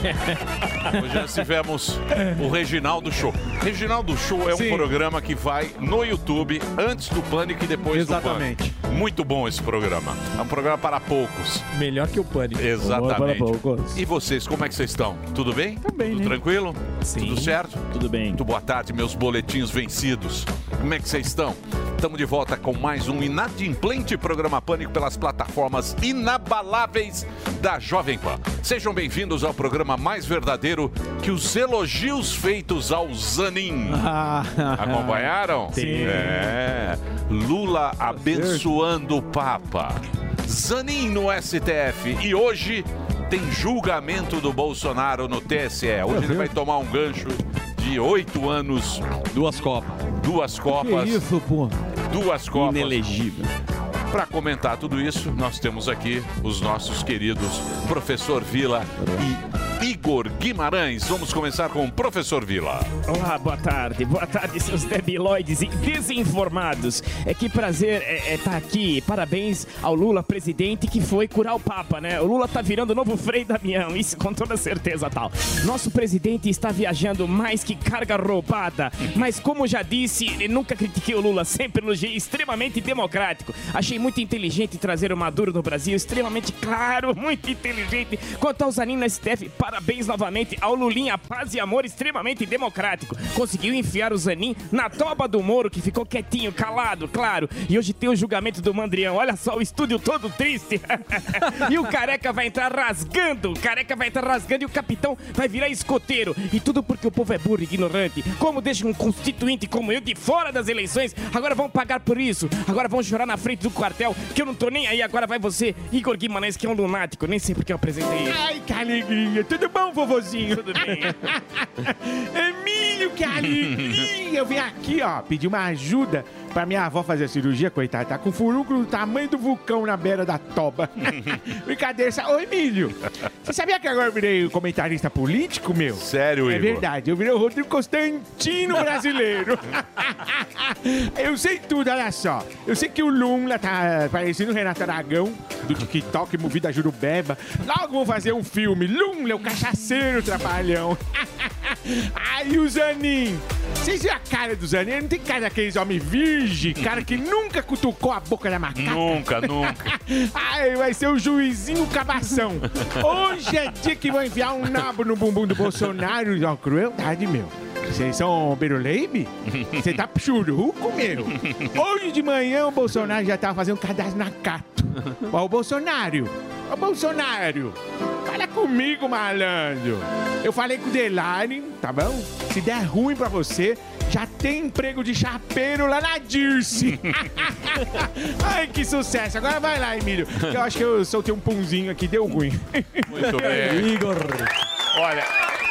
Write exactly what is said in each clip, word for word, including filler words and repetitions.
Hoje nós tivemos o Reginaldo Show. Reginaldo Show é um Sim. programa que vai no YouTube antes do Pânico e depois Exatamente. do Pânico. Muito bom esse programa. É um programa para poucos. Melhor que o Pânico. Exatamente. Para poucos. E vocês, como é que vocês estão? Tudo bem? Tudo bem, Tudo né? tranquilo? Sim. Tudo certo? Tudo bem. Muito boa tarde, meus boletins vencidos. Como é que vocês estão? Estamos de volta com mais um inadimplente programa Pânico pelas plataformas inabaláveis da Jovem Pan. Sejam bem-vindos ao programa mais verdadeiro que os elogios feitos ao Zanin. Acompanharam? Sim. É. Lula abençoando o Papa. Zanin no S T F. E hoje tem julgamento do Bolsonaro no T S E. Hoje ele vai tomar um gancho de oito anos. Duas Copas. Duas Copas. Que isso, pô? Duas Copas. Inelegível. Para comentar tudo isso, nós temos aqui os nossos queridos Professor Vila e Igor Guimarães. Vamos começar com o Professor Vila. Olá, boa tarde. Boa tarde, seus debiloides e desinformados. É que prazer é estar aqui. Parabéns ao Lula, presidente, que foi curar o Papa, né? O Lula tá virando o novo Frei Damião, isso com toda certeza, tal. Nosso presidente está viajando mais que carga roubada, mas como já disse, nunca critiquei o Lula, sempre elogiei, extremamente democrático. Achei muito inteligente trazer o Maduro no Brasil, extremamente claro, muito inteligente. Quanto ao Zanin no S T F, parabéns novamente ao Lulinha, paz e amor, extremamente democrático. Conseguiu enfiar o Zanin na toba do Moro, que ficou quietinho, calado, claro. E hoje tem o julgamento do Mandrião. Olha só, o estúdio todo triste. E o Careca vai entrar rasgando. O Careca vai entrar rasgando e o capitão vai virar escoteiro. E tudo porque o povo é burro e ignorante. Como deixa um constituinte como eu de fora das eleições? Agora vão pagar por isso. Agora vão chorar na frente do quartel, que eu não tô nem aí. Agora vai você, Igor Guimarães, que é um lunático. Nem sei porque eu apresentei ele. Ai, que alegria. Tudo bom, vovozinho? Tudo bem. Emílio, que alegria. Eu vim aqui, ó, pedir uma ajuda pra minha avó fazer a cirurgia, coitada. Tá com furúnculo do tamanho do vulcão na beira da toba. Brincadeira. Ô, Emílio, você sabia que agora eu virei comentarista político, meu? Sério, É Igor? verdade, eu virei o Rodrigo Constantino brasileiro. Eu sei tudo, olha só. Eu sei que o Lula tá parecendo o Renato Aragão, do TikTok, movido a Jurubeba. Logo vão fazer um filme, Lula, o cachaceiro trapalhão. Aí o Zanin. Vocês viram a cara do Zanin? Ele não tem cara daqueles homens virgem, cara que nunca cutucou a boca da macaca. Nunca, nunca. Ai, vai ser o juizinho cabação. Hoje é dia que vão enfiar um nabo no bumbum do Bolsonaro. Ó, crueldade, meu. Vocês são Beruleibe? Você tá churuco, meu. Hoje de manhã o Bolsonaro já tava fazendo cadastro na Cato. Ó, o Bolsonaro. Ó, o Bolsonaro. Fala comigo, malandro. Eu falei com o Delari, tá bom? Se der ruim pra você, já tem emprego de chapeiro lá na Dirce. Ai, que sucesso. Agora vai lá, Emílio. Que eu acho que eu soltei um punzinho aqui, deu ruim. Muito bem. Igor. Olha,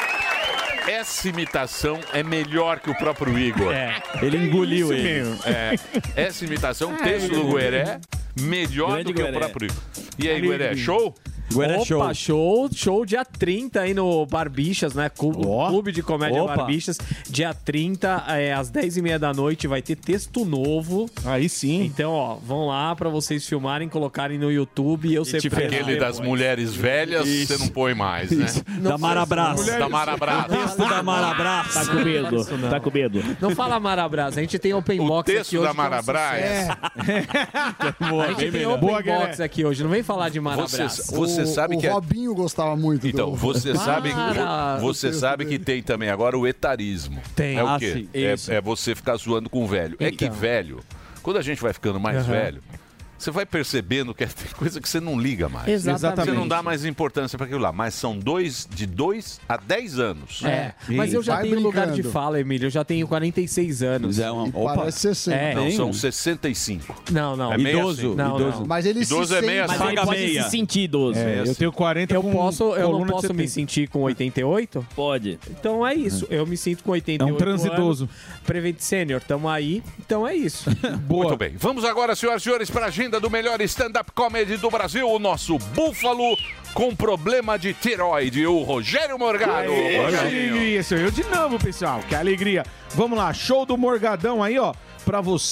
essa imitação é melhor que o próprio Igor. É, ele engoliu Isso ele. mesmo. É, essa imitação, o texto do Gueré, melhor Grande do que Gueré. o próprio Igor. E aí, Gueré, show? Gueré Opa, Show. show. show, dia trinta aí no Barbichas, né? Clube, Ó. Clube de Comédia Opa. Barbichas. Dia trinta, é, às dez e meia da noite, vai ter texto novo. Aí sim. Então, ó, vão lá pra vocês filmarem, colocarem no YouTube e eu sempre... tiver vejo Aquele das depois. mulheres velhas, Isso. você não põe mais, né? Da Marabras. Da Marabras. Texto da Marabras. Tá com medo, Isso não. tá com medo. Não fala Marabras, a gente tem open O box aqui texto hoje. da que é um Marabras, sucesso. A gente tem open Boa, box Gueré. aqui hoje, não vem falar de Marabras. você, você sabe o que é... Robinho gostava muito Então, do... você sabe, Para, você o sabe texto que tem também agora o etarismo. Tem. É o Ah, quê? sim. É, Isso. é você ficar zoando com o velho. É que Então. velho, quando a gente vai ficando mais Aham. velho, você vai percebendo que tem coisa que você não liga mais. Exatamente. Você não dá mais importância para aquilo lá. Mas são dois, de dois a dez anos. É, mas eu já Vai tenho lugar de brincando. fala, Emílio. Eu já tenho quarenta e seis anos. É uma... E Opa. parece sessenta. É. Não, Tem são um. sessenta e cinco. Não, não. É meio Idoso. assim. Não, idoso. não. Mas ele Idoso se é sente... meia Mas Paga ele pode meia. se sentir idoso. É, eu tenho quarenta Eu com posso, eu não coluna de posso me setenta. sentir com oitenta e oito? Pode. Então é isso. Eu me sinto com oitenta É e um oito transidoso. anos. Prevent Senior, tamo aí. Então é isso. Boa. Muito bem. Vamos agora, senhoras e senhores, para a agenda do melhor stand-up comedy do Brasil, o nosso búfalo com problema de tireoide, o Rogério Morgado. Aê, que Rogerinho. alegria, sou eu de novo, pessoal. Que alegria. Vamos lá, show do Morgadão aí, ó. Pra você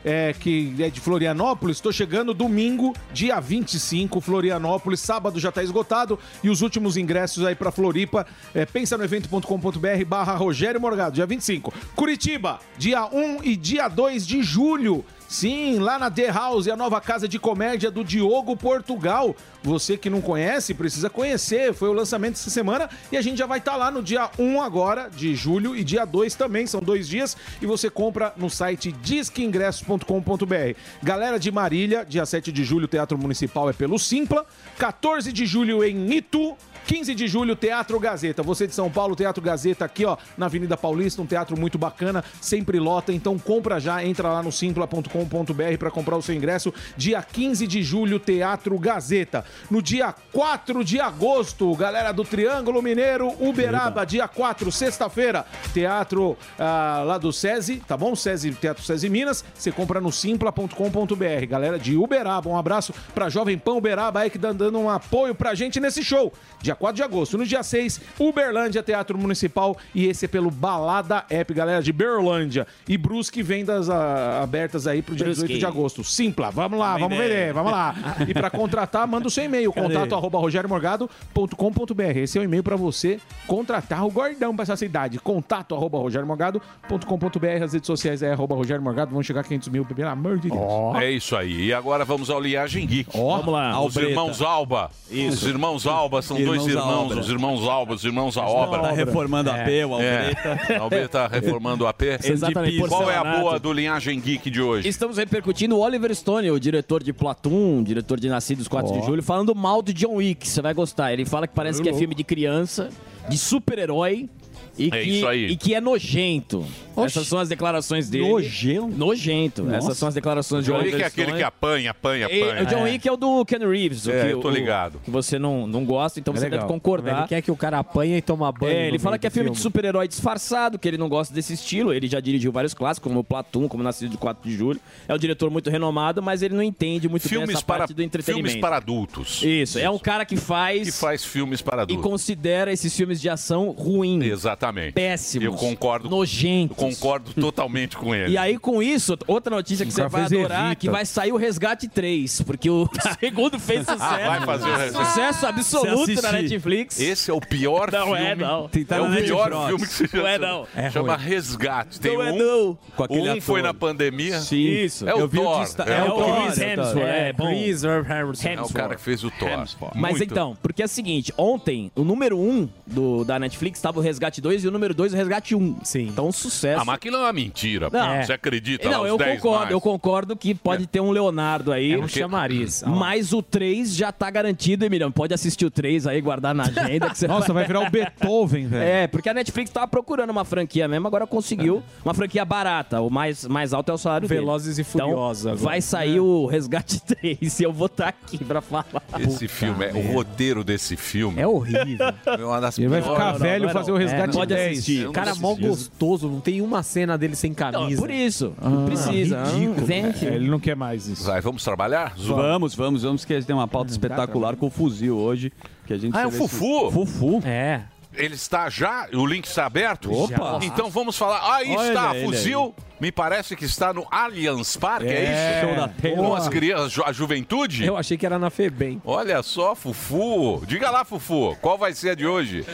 é, que é de Florianópolis, estou chegando domingo, dia vinte e cinco, Florianópolis, sábado já está esgotado e os últimos ingressos aí para Floripa, é, pensa no evento ponto com ponto br barra Rogério Morgado, dia vinte e cinco. Curitiba, dia um e dia dois de julho. Sim, lá na The House, a nova casa de comédia do Diogo Portugal. Você que não conhece, precisa conhecer. Foi o lançamento essa semana e a gente já vai estar lá no dia um agora, de julho, e dia dois também, são dois dias. E você compra no site disque ingressos ponto com ponto br. Galera de Marília, dia sete de julho, Teatro Municipal é pelo Simpla. quatorze de julho em Itu. quinze de julho, Teatro Gazeta. Você de São Paulo, Teatro Gazeta aqui, ó, na Avenida Paulista, um teatro muito bacana, sempre lota, então compra já, entra lá no simpla ponto com ponto br para comprar o seu ingresso. Dia quinze de julho, Teatro Gazeta. No dia quatro de agosto, galera do Triângulo Mineiro, Uberaba, Eita. dia quatro, sexta-feira, teatro ah, lá do SESI, tá bom? SESI, Teatro SESI Minas, você compra no simpla ponto com ponto br. Galera de Uberaba, um abraço pra Jovem Pan Uberaba aí que tá dando um apoio pra gente nesse show. Dia quatro de agosto. No dia seis, Uberlândia, Teatro Municipal, e esse é pelo Balada App, galera de Berlândia. E Brusque, vendas a, abertas aí pro dia Brusque. dezoito de agosto. Simpla, vamos lá, vamos ver, vamos lá. E pra contratar, manda o seu e-mail, contato arroba rogério morgado ponto com ponto br. Esse é o e-mail pra você contratar o gordão pra essa cidade. Contato arroba rogério morgado ponto com ponto br. As redes sociais é arroba Rogério Morgado. Vão chegar a quinhentos mil, pelo amor de Deus. Oh. É isso aí. E agora vamos ao Liagem Geek. Oh. Vamos lá. Os Albreta. irmãos Alba. Isso. Os irmãos Alba são Irmãos dois irmãos. Alba. Os irmãos Alba, os irmãos a obra. Tá reformando a P, o É. Albreta. A Albreta reformando o A P. Exatamente, Qual é a porcelanato. boa do Linhagem Geek de hoje? Estamos repercutindo o Oliver Stone, o diretor de Platoon, diretor de Nascidos quatro de julho, falando mal do John Wick. Você vai gostar. Ele fala que parece que é filme de criança, de super-herói. E, É que, isso aí. e que é nojento. Essas são as declarações dele. Nojento? Nojento. Nossa. Essas são as declarações de John Oliver Wick é aquele Stone. que apanha, apanha, E, apanha. o John Wick é o do Ken Reeves. o É, que, eu tô o- ligado. Que você não, não gosta, então É você legal. deve concordar. Ele quer que o cara apanhe e toma banho. É, no ele fala meio que é do filme de super-herói disfarçado, que ele não gosta desse estilo. Ele já dirigiu vários clássicos, como o Platoon, como Nascido de quatro de julho. É um diretor muito renomado, mas ele não entende muito bem Filmes essa para, parte do entretenimento. filmes para adultos. Isso, é um cara que faz, Que faz filmes para e adultos. considera esses filmes de ação ruins, Exatamente. péssimos, Eu concordo. nojentos. Eu concordo totalmente com ele. E aí, com isso, outra notícia que você cara vai fez adorar, Evita. que vai sair o Resgate três, porque o segundo fez sucesso. Ah, vai fazer o Resgate. Sucesso absoluto Se na assistir. Netflix. Esse é o pior Não filme. é, não. Tem que É estar o na pior Netflix. filme que você já Não é, não. É Chama ruim. Resgate. Tem Não é, um, não. Com aquele um ator. foi na pandemia. Sim. Isso. É o Eu vi o Thor. desta- É, É o o Thor. Chris Hemsworth. É, bom. Chris Hemsworth. É o cara que fez o Thor. Mas Muito. então, porque é o seguinte, ontem, o número um do, da Netflix estava o Resgate dois e o número dois o Resgate um. Sim. Então, um sucesso. Ah, mas aquilo é uma mentira. Não. pô. Você acredita Não, lá, os eu dez concordo, mais. eu concordo que pode ter um Leonardo aí. É um chamariz. Ah, Mas o três já tá garantido, Emiliano. Pode assistir o três aí, guardar na agenda. Que você Nossa, vai virar o Beethoven, velho. É, porque a Netflix tava procurando uma franquia mesmo, agora conseguiu uma franquia barata. O mais, mais alto é o salário dele. Velozes e Então, Furiosos agora. vai sair o Resgate três e eu vou estar aqui pra falar. Esse filme, é, o roteiro desse filme É horrível. é uma das Ele vai piores. ficar não, não, velho não é fazer não. o Resgate É, pode dez. assistir. Eu não Cara, mó assisti. gostoso. Não tem uma cena dele sem Não, camisa. por isso. Não precisa. ridículo. Gente. É, ele não quer mais isso. Vai, vamos trabalhar? Zu- Vamos, vamos, vamos, que a gente tem uma pauta espetacular com o fuzil hoje. Que a gente Ah, é o seleciona- Fufu? Fufu. É. Ele está já? O link está aberto? Opa! Então vamos falar. Aí Olha está, ele fuzil. Me parece que está no Allianz Parque, é, isso? Show da Com Taylor. as crianças, ju- a juventude? Eu achei que era na Febem. Olha só, Fufu. Diga lá, Fufu, qual vai ser a de hoje?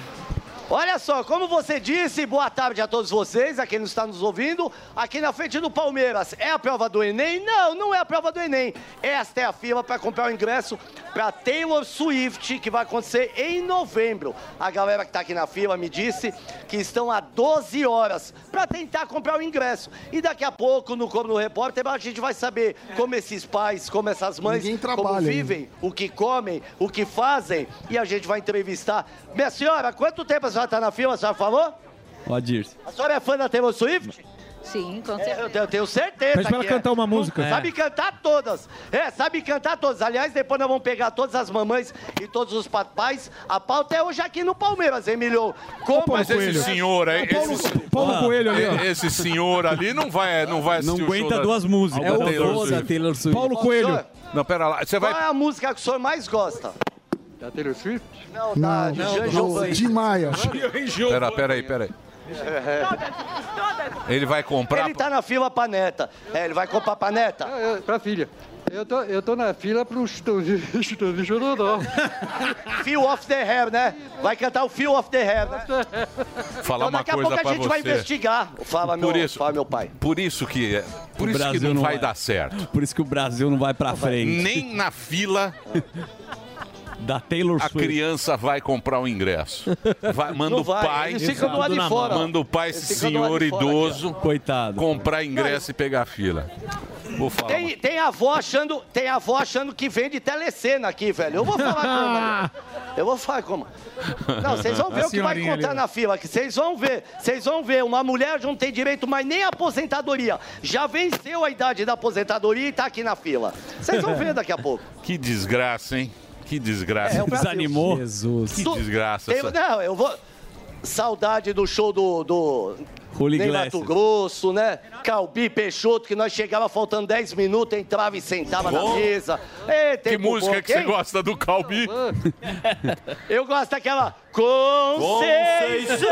Olha só, como você disse, boa tarde a todos vocês, a quem não está nos ouvindo, aqui na frente do Palmeiras. É a prova do Enem? Não, não é a prova do Enem. Esta é a fila para comprar o ingresso para Taylor Swift, que vai acontecer em novembro. A galera que está aqui na fila me disse que estão há doze horas para tentar comprar o ingresso. E daqui a pouco, no Como no Repórter, a gente vai saber como esses pais, como essas mães, Ninguém como trabalha, hein? vivem, o que comem, o que fazem. E a gente vai entrevistar. Minha senhora, há quanto tempo a senhora está na fila, a senhora falou? Ó, Dirce. A senhora é fã da Taylor Swift? Sim, com É, certeza. eu, tenho- eu tenho certeza. Pede pra ela que é. cantar uma música. Sabe cantar todas. É, sabe cantar todas. Aliás, depois nós vamos pegar todas as mamães e todos os papais. A pauta é hoje aqui no Palmeiras, Emilio. Como Mas esse senhor aí, Paulo, esse, Paulo Coelho ali, ó. esse senhor ali não vai, não vai assistir Não o show aguenta da- duas músicas. É o Taylor vô da Swift. Taylor Swift. Paulo Coelho. Senhor, Não, pera lá. Você qual vai... é a música que o senhor mais gosta? Da Taylor Swift? Não, da Não, Jean não, Giovanni. de Maia. Pera, pera aí, pera aí. Ele vai comprar... Ele tá na fila pra neta. É, ele vai comprar pra neta? É, pra filha. Eu tô, eu tô na fila pro Chororó. Feel of the Hair, né? Vai cantar o Feel of the Hair, né? Falar Então uma daqui a coisa pouco a pra gente você. vai investigar. Fala, meu, Por isso, fala, meu pai. Por isso que, é- por O isso que Brasil não, não vai vai. dar certo. Por isso que o Brasil não vai pra frente. Nem na fila Da Taylor a Swift. criança vai comprar o ingresso. Vai- manda Não o vai, pai, eles ficam do lado de fora. manda o pai, esse Eles ficam do lado senhor de fora aqui, idoso, Coitado. comprar ingresso e pegar a fila. Vou falar. uma- Tem, tem, avó achando, tem avó achando que vende telecena aqui, velho. Eu vou falar como. né? Eu vou falar como. Não, vocês vão ver A o que vai senhorinha encontrar ali. na fila aqui. Vocês vão ver. Vocês vão ver. Uma mulher não tem direito mais nem à aposentadoria. Já venceu a idade da aposentadoria e tá aqui na fila. Vocês vão ver daqui a pouco. Que desgraça, hein? Que desgraça. É, o Brasil. Desanimou. Jesus. Que Tu- desgraça. Tem- essa- não, eu vou. Saudade do show do. do... Julio Nem Iglesias. Mato Grosso, né? Calbi, Peixoto, que nós chegava faltando dez minutos, entrava e sentava Bom. na mesa. Ei, Que tempo música bom, que você quem? gosta do Calbi? Eu gosto daquela Conceição.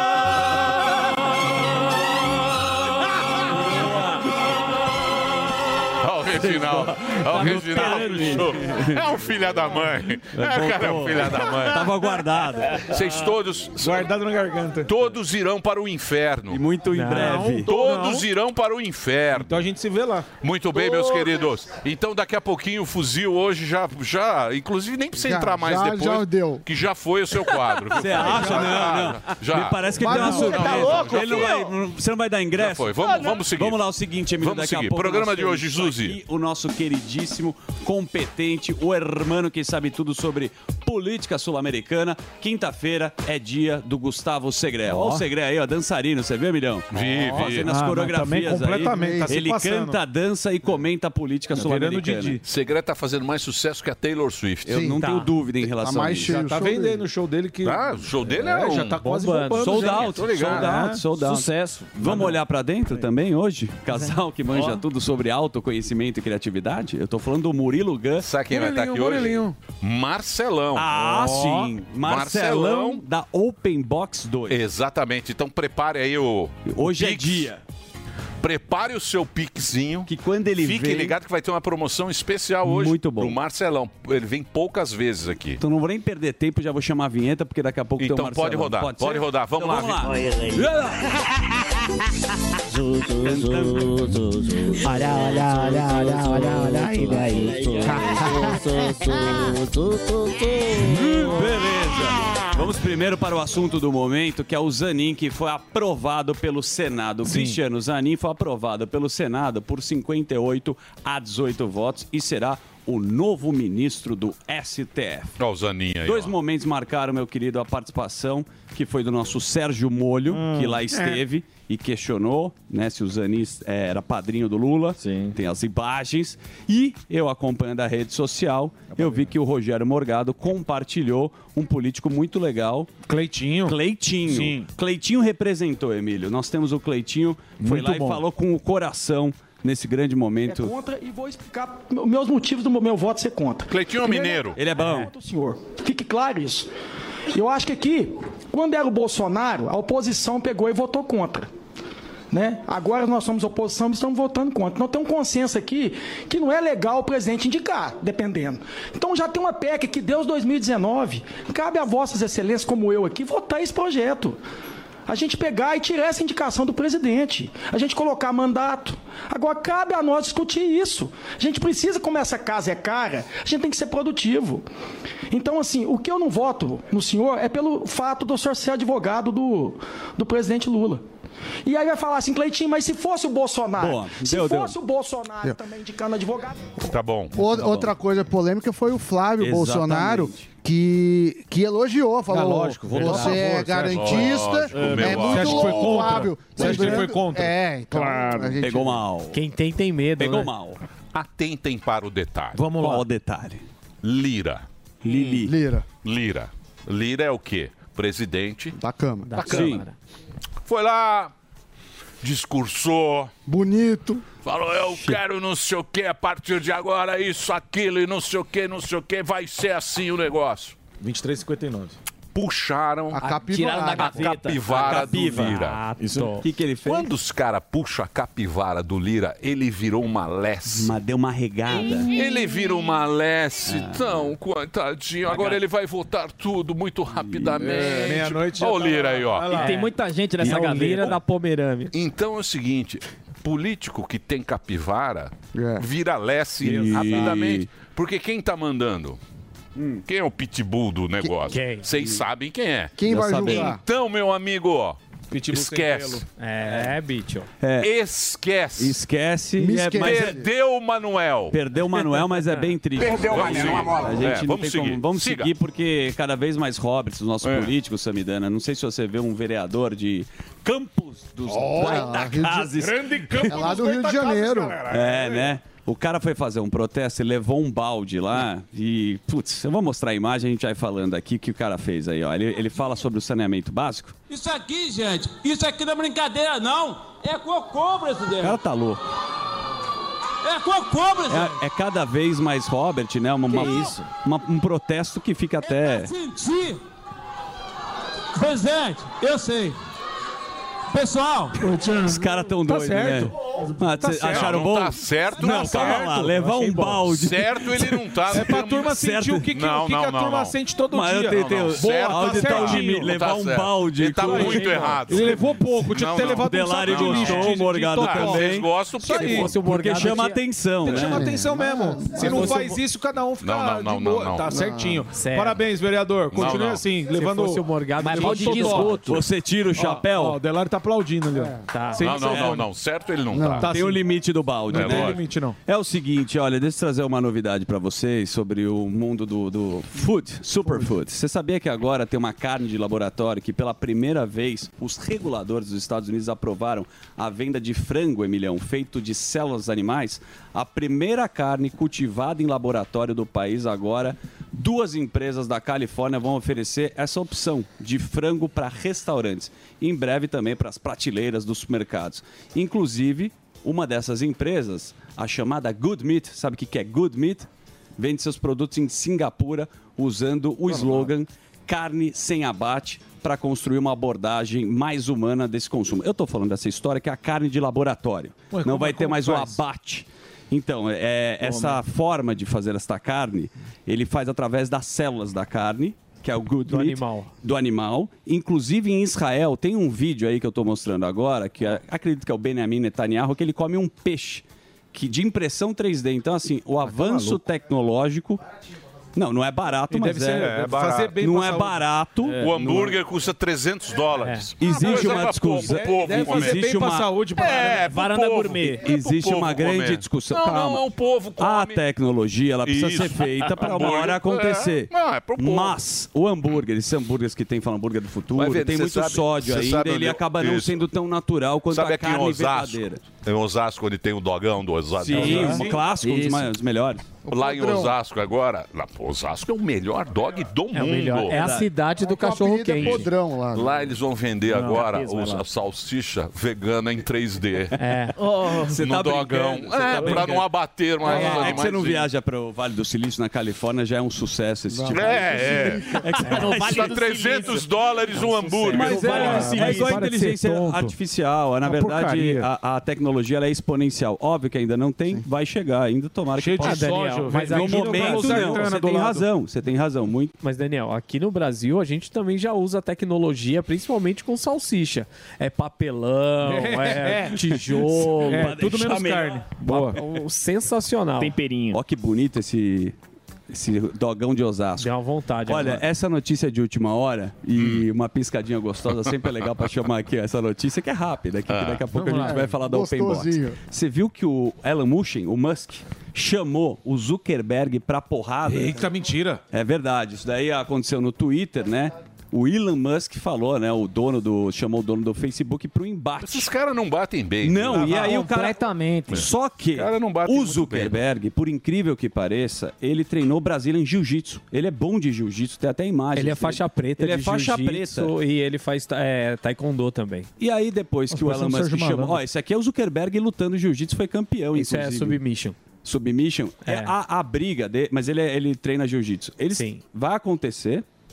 Olha o Reginaldo. Olha o Reginaldo no show. É um filho da mãe. É, o cara é um filho da mãe. Tava guardado. Vocês todos, Guardado na garganta. todos irão para o inferno. E muito em breve. Todos irão para o inferno. Então a gente se vê lá. Muito bem, meus queridos. Então, daqui a pouquinho, o fuzil hoje já, já inclusive nem precisa Já, entrar mais já, depois, já deu. que já foi o seu quadro. viu? Você acha? Não, não. Já. Me parece que ele Vai deu uma no- surpresa. Tá louco, Ele não vai- não- você não vai dar Já ingresso? foi. Vamos, vamos seguir. Vamos lá, o seguinte, Emílio, Vamos daqui seguir. a pouco... Programa nós de hoje, temos Zuzi. aqui o nosso queridíssimo, competente, o hermano que sabe tudo sobre política sul-americana. Quinta-feira é dia do Gustavo Segré. Olha o Segré aí, ó, dançarino, você viu, Milhão? Vi, vi. Fazendo as Ah, mas coreografias também completamente, aí. tá se Ele passando. canta, dança e comenta a política Virando sul-americana. Didi. Segré tá fazendo mais sucesso que a Taylor Swift. Eu não Tá. tenho dúvida em relação mais a isso. cheio. Já tá show dele. vendendo o show dele que... Ah, o show dele é, É, um... já tá quase bombando. bombando. Sold já. out, tô ligado. sold out, sold out. Sucesso. Vamos olhar pra dentro também hoje? Casal que manja tudo sobre autoconhecimento e criatividade? Eu tô falando do Murilo Gun. Sabe quem vai estar aqui Murilinho, hoje? Marcelão. Ah, sim. Marcelão, Marcelão. da Open Box dois. Exatamente. Então prepare aí o... Hoje o é Pix. dia. Prepare o seu pixinho. Que quando ele Fique vem... ligado que vai ter uma promoção especial hoje Muito bom. pro Marcelão. Ele vem poucas vezes aqui. Então não vou nem perder tempo, já vou chamar a vinheta, porque daqui a pouco tem o Então Marcelão. pode rodar, pode, ser? rodar. Vamos Então lá. vamos Olha, olha, olha, olha, olha, olha ele aí. Beleza. Vamos primeiro para o assunto do momento, que é o Zanin, que foi aprovado pelo Senado. O Cristiano Zanin foi aprovado pelo Senado por cinquenta e oito a dezoito votos e será o novo ministro do S T F. Olha o Zaninho aí. Dois ó. momentos marcaram, meu querido, a participação, que foi do nosso Sérgio Molho, que lá esteve e questionou, né, se o Zanin eh, era padrinho do Lula. Sim. Tem as imagens. E eu, acompanhando a rede social, eu vi que o Rogério Morgado compartilhou um político muito legal, Cleitinho. Cleitinho. Sim. Cleitinho representou, Emílio. Nós temos o Cleitinho, foi Muito lá bom. e falou com o coração nesse grande momento. Contra e vou explicar meus motivos do meu voto ser contra. Cleitinho é mineiro. Ele é bom. Contra o senhor. Fique claro isso. Eu acho que aqui, quando era o Bolsonaro, a oposição pegou e votou contra. Né? Agora nós somos oposição e estamos votando contra. Então tem um consenso aqui que não é legal o presidente indicar, dependendo. Então já tem uma P E C que Deus dois mil e dezenove. Cabe a vossas excelências, como eu aqui, votar esse projeto. A gente pegar e tirar essa indicação do presidente. A gente colocar mandato. Agora, cabe a nós discutir isso. A gente precisa, como essa casa é cara, a gente tem que ser produtivo. Então, assim, o que eu não voto no senhor é pelo fato do senhor ser advogado do, do presidente Lula. E aí vai falar assim, Cleitinho, mas se fosse o Bolsonaro, Boa, se deu, fosse deu. o Bolsonaro Deu. também indicando advogado... Tá bom. O- outra coisa polêmica foi o Flávio Exatamente. Bolsonaro, que, que elogiou, falou, Ah, lógico, votou a você favor, é certo. garantista, Lógico, é, meu muito Você acha que foi contra? louvável. Você acha que ele foi contra? É, então... Claro. a gente- Pegou mal. Quem tem, tem medo, Pegou né? mal. Atentem para o detalhe. Vamos Qual lá. o detalhe? Lira. Lili. Lira, Lira. Lira é o quê? Presidente. da Câmara. Da Sim. Câmara. Foi lá, discursou, Bonito. falou, eu quero não sei o que, a partir de agora, isso, aquilo, e não sei o que, não sei o que, vai ser assim o negócio. vinte e três e cinquenta e nove. puxaram A capivara. Tiraram da a gaveta. capivara A capivara. do Lira. Ah, Isso. O que, que ele fez? Quando os caras puxam a capivara do Lira, ele virou uma lesse. Mas deu uma regada. Ele vira uma lesse, tão coitadinho. Agora ele vai voltar tudo muito rapidamente. É, meia-noite já Olha o tá Lira lá. aí, ó. Olha lá. E tem muita gente nessa É o gaveta. Lira da Pomerâmia. Então é o seguinte, político que tem capivara É. vira lesse Isso. rapidamente. Porque quem tá mandando? Quem é o pitbull do negócio? Quem? Vocês sabem quem é. Quem Já vai sabemos. julgar? Então, meu amigo, ó, Pitbull sem esquece. É, bicho. Esquece. Esquece. Me e é- esquece. mas é- Perdeu o Manuel. Perdeu o Manuel, mas é bem triste. Perdeu o Manuel. A gente É, não vamos tem seguir. como. Vamos Siga. seguir porque cada vez mais Roberts, os nossos É. políticos, Samidana. Não sei se você vê um vereador de Campos dos Olha lá, Rio de- Goitacazes. É lá do Rio de Janeiro. É, né? O cara foi fazer um protesto e levou um balde lá e, putz, eu vou mostrar a imagem, a gente vai falando aqui o que o cara fez aí, ó. Ele, ele fala sobre o saneamento básico. Isso aqui, gente, isso aqui não é brincadeira, não. É cocô, O presidente. cara tá louco. É cocô, presidente. É, é cada vez mais Robert, né? Uma, uma- isso? uma- um protesto que fica até... Sentir. Presidente, eu sei. Pessoal, Os caras tão doidos, né? Ah, cê- acharam não bom? tá certo, Não, não calma tá. lá, levar um balde. Certo ele não tá. É pra turma Certo. sentir o que, que, Não, o que, não, que a não, turma não. sente todo Mas dia. eu tentei... Não, não, o certo, áudio tá tá um certinho. limite, levar Tá um certo. balde. Ele tá com- muito errado. Ele levou pouco, tinha Não, que ter não. levado um Delário saco de gostou, lixo. de- de Morgado totó. também. Vocês gostam porque... Isso aí. fosse o Porque Morgado, chama tinha- atenção, Tem que chamar né? atenção mesmo. Se não fosse faz o- isso, cada um fica Não, não, não, de boa. não, não. Tá certinho. Sério. Parabéns, vereador. Continue Não, não. assim, Se levando... fosse o Morgado, Mas tinha balde de totó. esgoto. Você tira o Ó, chapéu, ó, o Delário tá aplaudindo ali, ó. Tá. Sem Não, não, não, microfone. não. Certo ele não, Não. tá. Tá tem o sim. limite do balde, É Não né? tem lógico. limite, não. É o seguinte, olha, deixa eu trazer uma novidade pra vocês sobre o mundo do, do food, superfood. Você sabia que agora tem uma carne de laboratório que pela primeira vez os reguladores dos Estados Unidos aprovaram a venda de frango, Emilhão, feito de células animais? A primeira carne cultivada em laboratório do país agora, duas empresas da Califórnia vão oferecer essa opção de frango para restaurantes. Em breve também para as prateleiras dos supermercados. Inclusive, uma dessas empresas, a chamada Good Meat, sabe o que que é Good Meat? Vende seus produtos em Singapura usando o slogan carne sem abate para construir uma abordagem mais humana desse consumo. Eu estou falando dessa história que é a carne de laboratório. Ué, Não como- vai ter como mais o faz? abate. Então, é, essa forma de fazer esta carne, ele faz através das células da carne, que é o Good Do Meat, animal. do animal. Inclusive em Israel, tem um vídeo aí que eu estou mostrando agora, que é- acredito que é o Benjamin Netanyahu, que ele come um peixe que de impressão três D. Então, assim, o avanço tecnológico... Não, não é barato, E mas deve ser, é, é barato. fazer bem não pra é saúde. barato. O hambúrguer custa trezentos dólares. Existe Coisa uma pra discussão. po- povo Deve comer. fazer Existe bem pra uma- saúde. Pra É, pro Varanda povo. gourmet. É pro Existe povo uma grande comer. discussão. Não, Calma. não, o povo come. A tecnologia ela precisa Isso. ser feita para uma Hambúrguer, hora acontecer. é. Não, é pro povo. Mas o hambúrguer, esses hambúrgueres que tem, fala hambúrguer do futuro, Vai ver, tem você muito sabe- sódio você ainda, sabe ele onde eu- acaba não Isso. sendo tão natural quanto Sabe a aqui em carne Osasco? verdadeira. Em Osasco, onde tem o dogão do Osasco. Sim, Osasco. um clássico, um dos Isso. mais- os melhores. Lá em padrão. Osasco agora, lá, pô, Osasco é o melhor dog do É o mundo. melhor. É a cidade do O apelido cachorro é quente. podrão lá. Lá eles vão vender agora mesmo, os- vai lá. a salsicha vegana em três D. É. Você no tá dogão. brincando, você tá É, pra brincando. não abater mais É, os é que você não animaizinhos. viaja para o Vale do Silício, na Califórnia, já é um sucesso esse tipo. É, é. No Vale Custa do trezentos dólares um hambúrguer. Mas é, Vale do é Silício. igual a Para de ser inteligência tonto. artificial. Na Uma verdade, porcaria. a, a tecnologia ela é exponencial. Óbvio que ainda não tem, vai chegar ainda, tomara Cheio que de possa. Daniel, sódio. mas vem- no vem No no momento, Carlos não. Santana Você do tem lado. razão, você tem razão. Muito. Mas, Daniel, aqui no Brasil a gente também já usa tecnologia, principalmente com salsicha. É papelão, é, É. tijolo. É, pra tudo deixar menos melhor. carne. Boa. Um Sensacional. Temperinho. Ó que bonito esse, esse dogão de Osasco. Deu uma vontade. Olha, agora. essa notícia é de última hora e uma piscadinha gostosa sempre é legal pra chamar aqui essa notícia que é rápida, que daqui a pouco a vamos gente lá. vai falar da Open Box. Gostosinho. Você viu que o Elon Musk, o Musk, chamou o Zuckerberg pra porrada? Eita, mentira. É verdade, isso daí aconteceu no Twitter, né? O Elon Musk falou, né? O dono do. Chamou o dono do Facebook pro embate. Esses caras não batem bem. Não, e aí o cara. Completamente. Só que cara não bate o muito Zuckerberg, por incrível que pareça, ele treinou Brasília em jiu-jitsu. Ele é bom de jiu-jitsu, tem até imagem. Ele é faixa preta Ele é de faixa jiu-jitsu preta. e ele faz é, taekwondo também. E aí, depois que o Nossa, Elon parece um Musk Sérgio chamou. Malandro. Ó, esse aqui é o Zuckerberg lutando jiu-jitsu, foi campeão, Isso é inclusive. submission. Submission. É, É. a, a briga dele, mas ele, é- ele treina jiu-jitsu. Ele Sim. vai acontecer.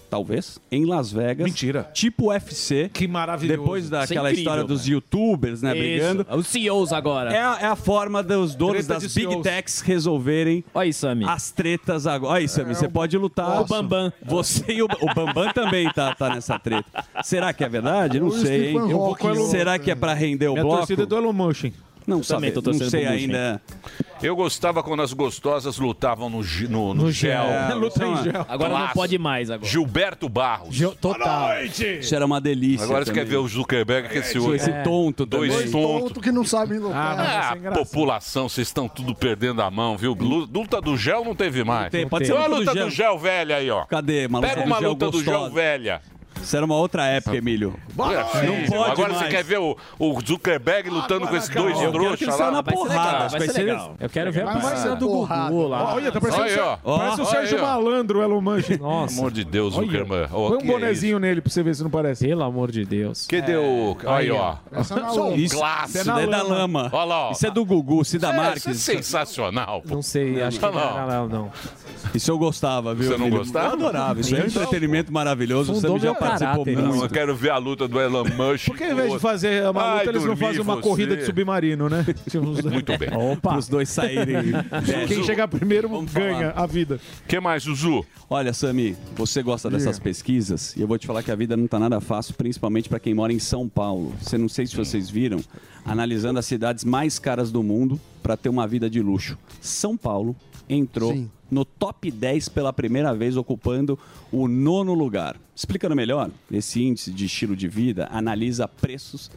talvez, em Las Vegas. Mentira. Tipo U F C. Que maravilhoso. Depois daquela Isso é incrível, história dos cara. youtubers, né, Isso. brigando. Os C E Os agora. É a, é a forma dos donos Treta das de Big C E Os. Techs resolverem Olha aí, Sammy. as tretas agora. Olha aí, Sammy, você pode lutar. O Bambam. Você e o, o Bambam também tá, tá nessa treta. Será que é verdade? Não O sei, hein? Stephen Eu vou com o Hawking. Elon- Será que é pra render o Minha bloco? torcida é do Elon Musk. Não também sabe, tô não torcendo sei pro Bush, ainda. Eu gostava quando as gostosas lutavam no, gi- no, no, No gel. gel. É, Luta em gel. Agora não Clássico. pode mais agora. Gilberto Barros. Total. Isso era uma delícia. Agora você também. quer ver o Zuckerberg, que esse outro. Esse tonto Dois também. tontos. Tonto que não sabem lutar. Ah, mas Ah, essa é engraçada. população, vocês estão tudo perdendo a mão, viu? Lu- Luta do gel não teve mais. Tem, pode Tem ser uma luta do luta gel. do gel velha aí, ó. Cadê? Uma luta Pega do uma gel luta do gel gostosa. velha. Isso era uma outra época, Emílio. Não pode Agora mais. você quer ver o, o Zuckerberg lutando com esses dois Eu quero que ele trouxas saia lá? na Vai ser porrada. legal, acho que vai ser legal. Eu quero ver a Vai piscina ser do porrada. Gugu lá. Olha, tá parecendo, Olha aí, ó. parece o Olha Sérgio aí, ó. Malandro, o Elon Musk. Pelo Nossa, amor de Deus, Zuckerberg. Ô, Põe um que é bonezinho nele pra você ver se não parece. pelo amor de Deus. Que deu. Aí, ó. Essa na Só um lama. Isso, clássico. isso é da lama. Olha lá, ó. Isso é do Gugu, Cida Isso é- Marques. Isso é sensacional. pô. Não sei, acho que Não, não. não, não, não. Isso eu gostava, viu? Você não Emílio? gostava? Eu adorava. Isso é um entretenimento maravilhoso. Fundou Você já meu participou caráter, muito. Não, eu quero ver a luta do Elon Musk. Por que ao invés de fazer uma Vai luta, eles não dormir fazem uma você. corrida de submarino, né? Muito bem. Opa. Os dois saírem. Quem chegar primeiro Vamos ganha falar. a vida. O que mais, Zuzu? Olha, Sami, você gosta dessas pesquisas e eu vou te falar que a vida não está nada fácil, principalmente para quem mora em São Paulo. Você não sei se vocês viram, analisando as cidades mais caras do mundo para ter uma vida de luxo. São Paulo entrou Sim. no top dez pela primeira vez, ocupando o nono lugar. Explicando melhor, esse índice de estilo de vida analisa preços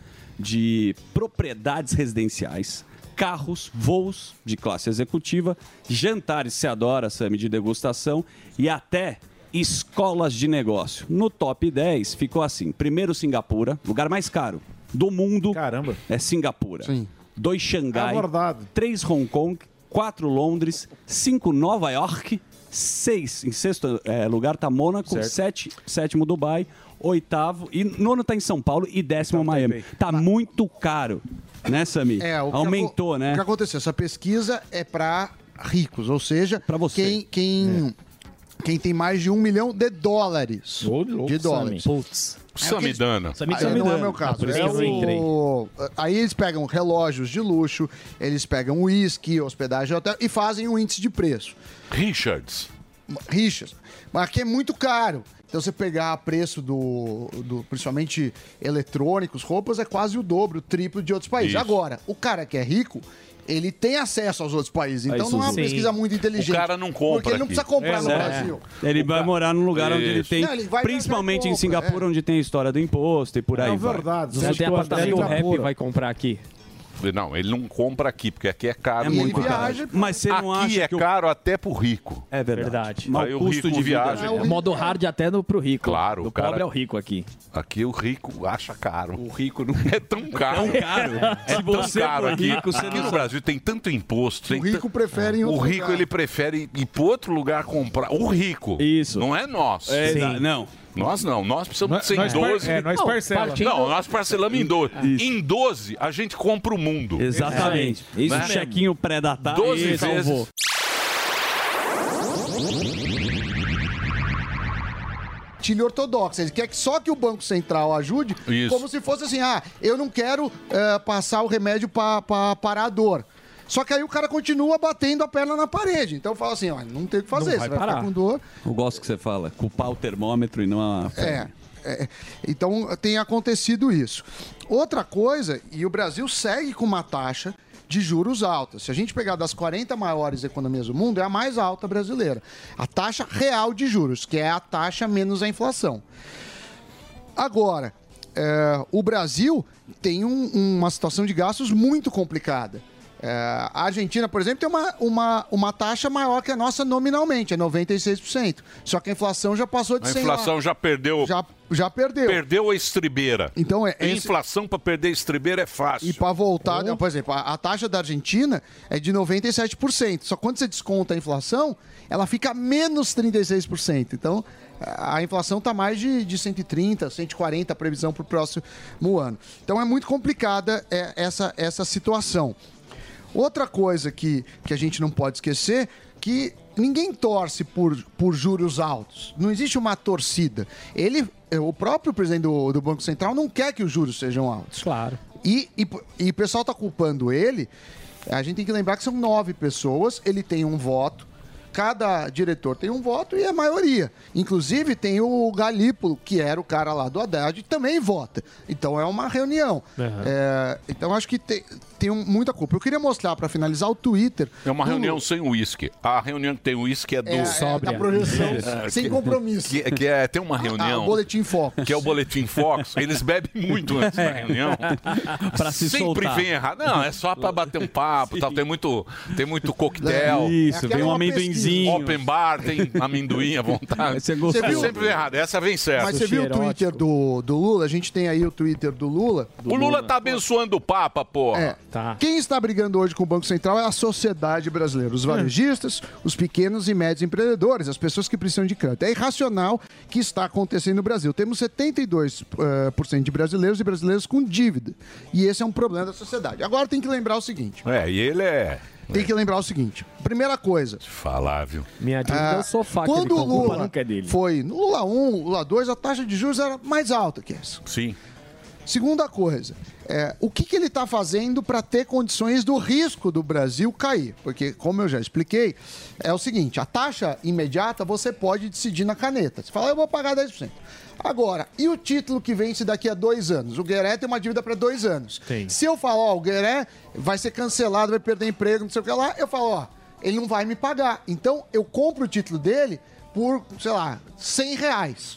de propriedades residenciais, carros, voos de classe executiva, jantares, se adora, Sami, de degustação e até escolas de negócio. No top dez ficou assim: primeiro Singapura, lugar mais caro do mundo. Caramba. É Singapura. Sim. Dois Xangai, Abordado. três Hong Kong, quatro Londres, cinco Nova York, seis em sexto eh, lugar está Mônaco, Certo. sete, sétimo Dubai, oitavo e nono está em São Paulo e décimo Miami. Tá muito caro, né, Sami? É, o que Aumentou, aco- né? O que aconteceu? Essa pesquisa é para ricos, ou seja, Pra você. quem, quem, quem tem mais de um milhão de dólares. de dólares. Putz. Samidana. Aí não é o meu caso. por isso É que eu não entrei. o... Aí eles pegam relógios de luxo, eles pegam uísque, hospedagem de hotel e fazem um índice de preço. Richards. Rixas. Mas aqui é muito caro. Então você pegar preço do, do principalmente eletrônicos, roupas, é quase o dobro, o triplo de outros países. Isso. Agora, o cara que é rico, ele tem acesso aos outros países. Então não é uma sim. pesquisa muito inteligente. O cara não compra Porque ele não aqui. precisa comprar no É. Brasil. Ele vai morar num lugar onde ele Isso. tem, Não, ele vai principalmente na em compra, Singapura, é. onde tem a história do imposto e por aí É vai. verdade. Você tem apartamento Singapura. rap vai comprar aqui. Não, ele não compra aqui, porque aqui é caro. É E ele muito caro. viaja. Mas você não Aqui acha é que o... caro até pro rico. É verdade. Verdade. Mas Aí o o custo rico de vida... viaja. É, É modo hard até no, pro rico. Claro, O o cara- pobre é o rico aqui. Aqui o rico acha caro. O rico não É tão caro. é caro. É Se tão você caro for aqui. rico, você Aqui não no Brasil tem tanto imposto. O tem rico tan- prefere em O outro rico lugar. ele prefere ir para outro lugar comprar. O rico. Isso. Não é nós. É, exa- não. Nós não. Nós precisamos Nós, de ser em nós, par- doze. é, nós Não, parcela. partindo- Não, nós parcelamos em doze. Em doze, a gente compra o mundo. Exatamente. É, isso Um mesmo. chequinho pré-datado. doze Isso, vezes. salvou. Chile ortodoxa. Ele quer que só que o Banco Central ajude, Isso. como se fosse assim, ah, eu não quero eh, passar o remédio para parar a dor. Só que aí o cara continua batendo a perna na parede. Então fala assim, ó, não tem o que fazer, Não vai você vai parar. ficar com dor. Eu gosto que você fala. Culpar o termômetro e não a... É, é, então tem acontecido isso. Outra coisa, e o Brasil segue com uma taxa de juros alta. Se a gente pegar das quarenta maiores economias do mundo, é a mais alta brasileira. A taxa real de juros, que é a taxa menos a inflação. Agora, é, o Brasil tem um- uma situação de gastos muito complicada. É, a Argentina, por exemplo, tem uma, uma, uma taxa maior que a nossa nominalmente, é noventa e seis por cento. Só que a inflação já passou de A cem inflação já perdeu. Já, já perdeu. Perdeu a estribeira. Então é A esse- inflação para perder a estribeira é fácil. E para voltar, por exemplo, a, a taxa da Argentina é de noventa e sete por cento. Só que quando você desconta a inflação, ela fica menos trinta e seis por cento. Então, a a inflação está mais de, de cento e trinta, cento e quarenta a previsão para o próximo ano. Então, é muito complicada é, essa, essa situação. Outra coisa que, que a gente não pode esquecer, que ninguém torce por, por juros altos. Não existe uma torcida. Ele, o próprio presidente do, do Banco Central não quer que os juros sejam altos. Claro. E, e, e o pessoal está culpando ele. A gente tem que lembrar que são nove pessoas, ele tem um voto. Cada diretor tem um voto e é a maioria. Inclusive, tem o Galípolo, que era o cara lá do Haddad, também vota. Então, é uma reunião. Uhum. É, então, acho que tem, tem um- muita culpa. Eu queria mostrar, para finalizar, o Twitter. É uma do reunião Lula. sem uísque. A reunião que tem uísque é do... É, é, Sóbria. da projeção, sem que- compromisso. Que, que é, tem uma reunião... Ah, o Boletim Focus. Que é o Boletim Fox. Eles bebem muito antes da reunião. Pra se Sempre soltar. vem errado. Não, é só pra bater um papo. Tal. Tem, muito, tem muito coquetel. Isso, vem um amendoinzinho. Open bar, tem amendoim à vontade. Você gostou? Você viu? Sempre vem errado. Essa vem certo. Mas você viu o Twitter do, do Lula? A gente tem aí o Twitter do Lula. O Lula tá abençoando o Papa, porra. É. Tá. Quem está brigando hoje com o Banco Central é a sociedade brasileira, os varejistas, os pequenos e médios empreendedores, as pessoas que precisam de crédito. É irracional o que está acontecendo no Brasil. Temos setenta e dois por cento de brasileiros e brasileiras com dívida. E esse é um problema da sociedade. Agora tem que lembrar o seguinte. É, e ele é... Tem que lembrar o seguinte. Primeira coisa. Falar, viu? Minha dívida é Ah, o sofá que ele quando o compra, Lula nunca é dele. foi no Lula um, Lula dois, a taxa de juros era mais alta que essa. Sim. Segunda coisa, é, o que, que ele está fazendo para ter condições do risco do Brasil cair? Porque, como eu já expliquei, é o seguinte, a taxa imediata você pode decidir na caneta. Você fala, eu vou pagar dez por cento. Agora, e o título que vence daqui a dois anos? O Gueré tem uma dívida para dois anos. Tem. Se eu falar, ó, o Gueré vai ser cancelado, vai perder emprego, não sei o que lá, eu falo, ó, ele não vai me pagar. Então, eu compro o título dele por, sei lá, cem reais.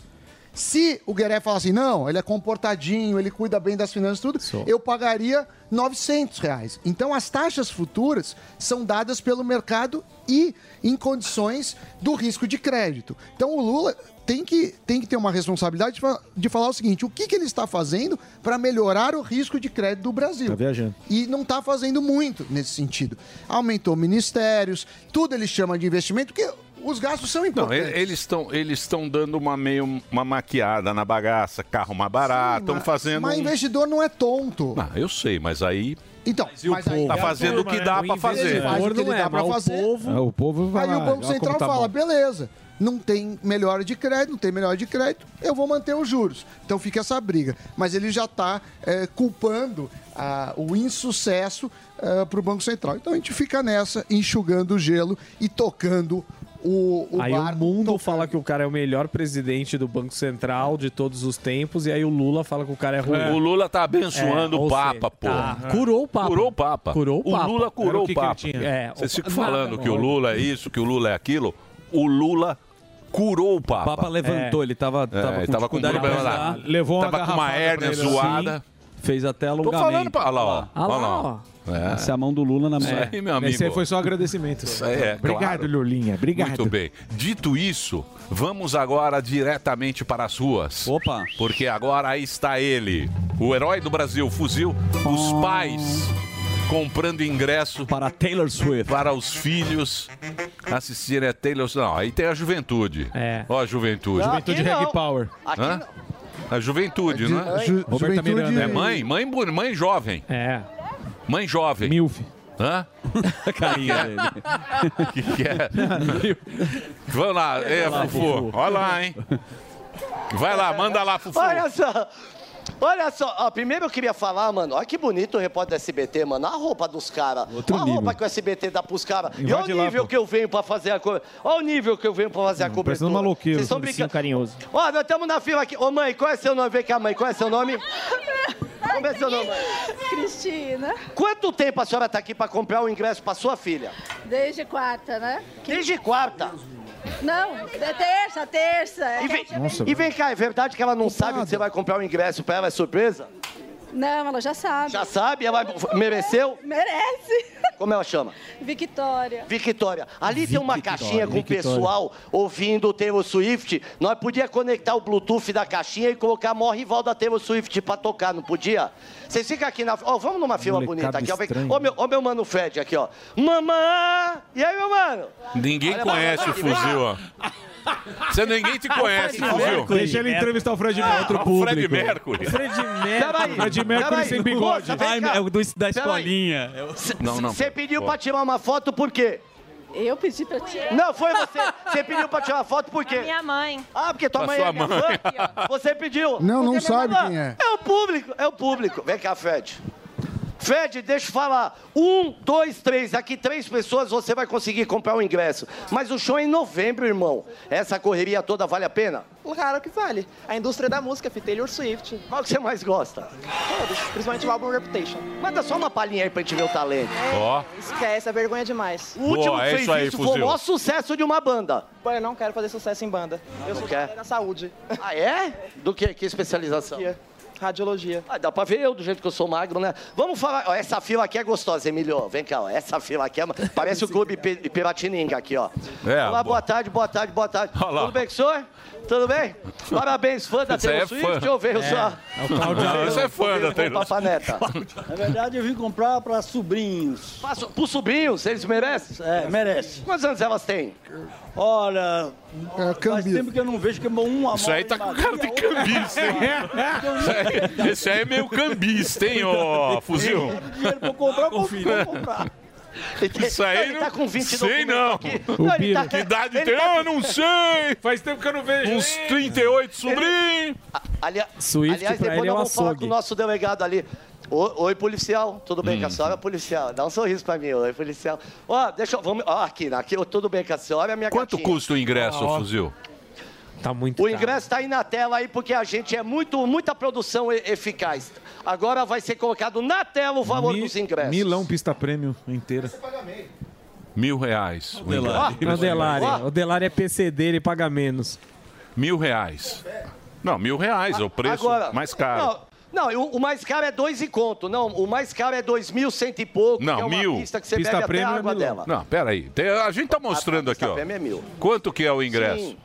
Se o Gueré falar assim, não, ele é comportadinho, ele cuida bem das finanças, tudo, eu pagaria novecentos reais. Então, as taxas futuras são dadas pelo mercado e em condições do risco de crédito. Então, o Lula tem que, tem que ter uma responsabilidade de, fa- de falar o seguinte, o que, que ele está fazendo para melhorar o risco de crédito do Brasil? Tá viajando. E não está fazendo muito nesse sentido. Aumentou ministérios, tudo ele chama de investimento, porque os gastos são Não, importantes. e- eles estão eles estão dando uma meio uma maquiada na bagaça, carro mais barato, estão fazendo. Mas um- investidor não é tonto. Ah, eu sei, mas aí Então, e o mas aí- tá fazendo o que dá pra fazer. Ele faz o que ele dá pra fazer. É, o povo vai Aí lá, o Banco olha como Central tá fala, bom. beleza, não tem melhora de crédito, não tem melhora de crédito, eu vou manter os juros. Então fica essa briga. Mas ele já está culpando ah, o insucesso para o Banco Central. Então a gente fica nessa, enxugando o gelo e tocando o, o Aí barco. o mundo fala que o cara é o melhor presidente do Banco Central de todos os tempos, e aí o Lula fala que o cara é ruim. O Lula tá abençoando É, o ou Papa, seja, pô. tá. Curou o Papa. Curou o Papa. Curou o Papa. Lula Era curou o o que que ele Papa. tinha? É, Vocês o- ficam nada, falando que o não. Lula é isso, que o Lula é aquilo. O Lula curou o Papa. O Papa levantou, ele tava, É, tava ele com tava com dificuldade problema pra lá. andar. Levou uma Tava com uma garrafada hérnia pra ele, zoada. Fez até Tô alongamento. falando pra... Olha lá, ó. Ah lá, Olha lá, ó. É. Essa é a mão do Lula na mão. Isso aí, meu amigo. Esse aí foi só agradecimento. Isso aí é, Obrigado, claro. Lulinha. Obrigado. Muito bem. Dito isso, vamos agora diretamente para as ruas. Opa. Porque agora aí está ele, o herói do Brasil, fuzil, os pais comprando ingresso para Taylor Swift, para os filhos assistirem a Taylor Swift. Não, aí tem a juventude. É. Ó a juventude. Não, Juventude aqui não. Reggae Power. Aqui Hã? não. A juventude, né? Ju- Roberta juventude- Miranda. É mãe, mãe, bu- mãe jovem. É. Mãe jovem. Milf. Hã? A carinha dele. O que, que é? Vamos lá, é, Fufu. Olha lá, hein? Vai lá, manda lá, Fufu. Olha só. Olha só, ó, primeiro eu queria falar, mano, olha que bonito o repórter do S B T, mano, a roupa dos caras, Outro olha a nível. roupa que o S B T dá pros caras, e Invade olha o lá, nível pô. que eu venho pra fazer a coisa, olha o nível que eu venho pra fazer a cobertura. parecendo um maloqueiro. Vocês estão Ursinho brincando. carinhoso. Ó, nós estamos na fila aqui, ô mãe, qual é seu nome? Vem cá, mãe, qual é seu nome? Como é seu nome, mãe? Cristina, Quanto tempo a senhora tá aqui pra comprar o ingresso pra sua filha? desde quarta, né? Desde quarta. Não, é terça, terça. É E vem, que a gente- e vem cá, é verdade que ela não sabe que você vai comprar o ingresso pra ela, é surpresa? Não, ela já sabe. Já sabe? Ela mereceu? Merece. Como ela chama? Victória. Victória. Ali tem uma Victória, caixinha com o Victória. pessoal ouvindo o Taylor Swift. Nós podíamos conectar o Bluetooth da caixinha e colocar a maior rival da Taylor Swift pra tocar, não podia? Vocês ficam aqui na... Ó, vamos numa fila Molecada bonita aqui. Ó, vem- estranha. ó, meu, ó meu mano Fred aqui, ó. Mamãe! E aí, meu mano? Ninguém Olha, conhece o vem cá. fuzil, ó. Você ninguém te conhece, fuzil. Deixa ele entrevistar o Fred Mercury. Ah, o Fred Mercury. Fred Peraí. Fred Mercury peraí. sem bigode. Moça, vem Ai, cá. é o do, da Peraí. escolinha. Não, não. Você pediu Pô. pra tirar uma foto por quê? Eu pedi pra tirar. Não, foi você. Você pediu pra tirar foto por quê? A minha mãe. Ah, porque tua A mãe sua é minha mãe. fã? Você pediu. Não, não Porque sabe minha mãe- quem é. É o público, é o público. Vem cá, Fred. Fred, deixa eu falar. Um, dois, três. Aqui três pessoas você vai conseguir comprar o ingresso. Mas o show é em novembro, irmão. Essa correria toda vale a pena? Claro que vale. A indústria da música, fi, Taylor Swift. Qual que você mais gosta? Todos, principalmente o álbum Reputation. Manda só uma palhinha aí pra gente ver o talento. Ó. Esquece, é vergonha demais. O último Boa, que é fez isso aí, isso foi o fuzil. maior sucesso de uma banda. Pô, eu não quero fazer sucesso em banda. Eu sou quer? da saúde. Ah, é? Do que? Que especialização? Radiologia. Ah, dá pra ver eu, do jeito que eu sou magro, né? Vamos falar. Ó, essa fila aqui é gostosa, Emílio. Vem cá, ó. Essa fila aqui é... parece o Clube Pi- Piratininga aqui, ó. É, Olá, boa. boa tarde, boa tarde, boa tarde. Olha lá. Tudo bem com o senhor? Tudo bem? Parabéns, fã da Esse aí Taylor é Swift, fã. ou veio É, só... é o Cláudio Não, esse é fã da Taylor. Papa Neta. Na verdade, eu vim comprar para sobrinhos. Para os sobrinhos? Eles merecem? É, merece. Quantos anos elas têm? Olha, faz tempo que eu não vejo que um amor. Isso aí tá com cara de cambista, hein? Isso aí- Esse aí é meio cambista, hein, ô fuzil? Dinheiro pra eu comprar, eu vou vou comprar. Isso aí Ele tá com vinte sei documentos não. aqui. O Não, ele Biro. tá- Que idade ele tem? tá- Eu não sei. Faz tempo que eu não vejo. Uns trinta e oito sobrinhos. Ali... Swift Aliás, pra depois ele é nós um vamos falar açougue. com o nosso delegado ali. Ô- Oi, policial. Tudo bem Hum. com a senhora, policial? Dá um sorriso pra mim. Oi, policial. Ó, deixa eu... Vamos... Ó, aqui, aqui. Tudo bem com a senhora, é minha Quanto gatinha. custa o ingresso, Ah, ó. fuzil? Tá muito O ingresso tá aí na tela aí, porque a gente é muito, muita produção e- eficaz. Agora vai ser colocado na tela o valor Mi- dos ingressos. Milão pista premium inteira. Mil reais. O Delari. ingresso. O Delari. O Delari é P C D, ele paga menos. Mil reais. Não, mil reais é o preço Agora, mais caro. Não, não, o, o mais caro é dois e conto. Não, o mais caro é dois mil, cento e pouco. Não, que é uma mil. pista que você Pista bebe até premium a é água milão. dela. Não, peraí. Tem- A gente tá mostrando aqui, ó. premium é mil. Quanto que é o ingresso? Sim.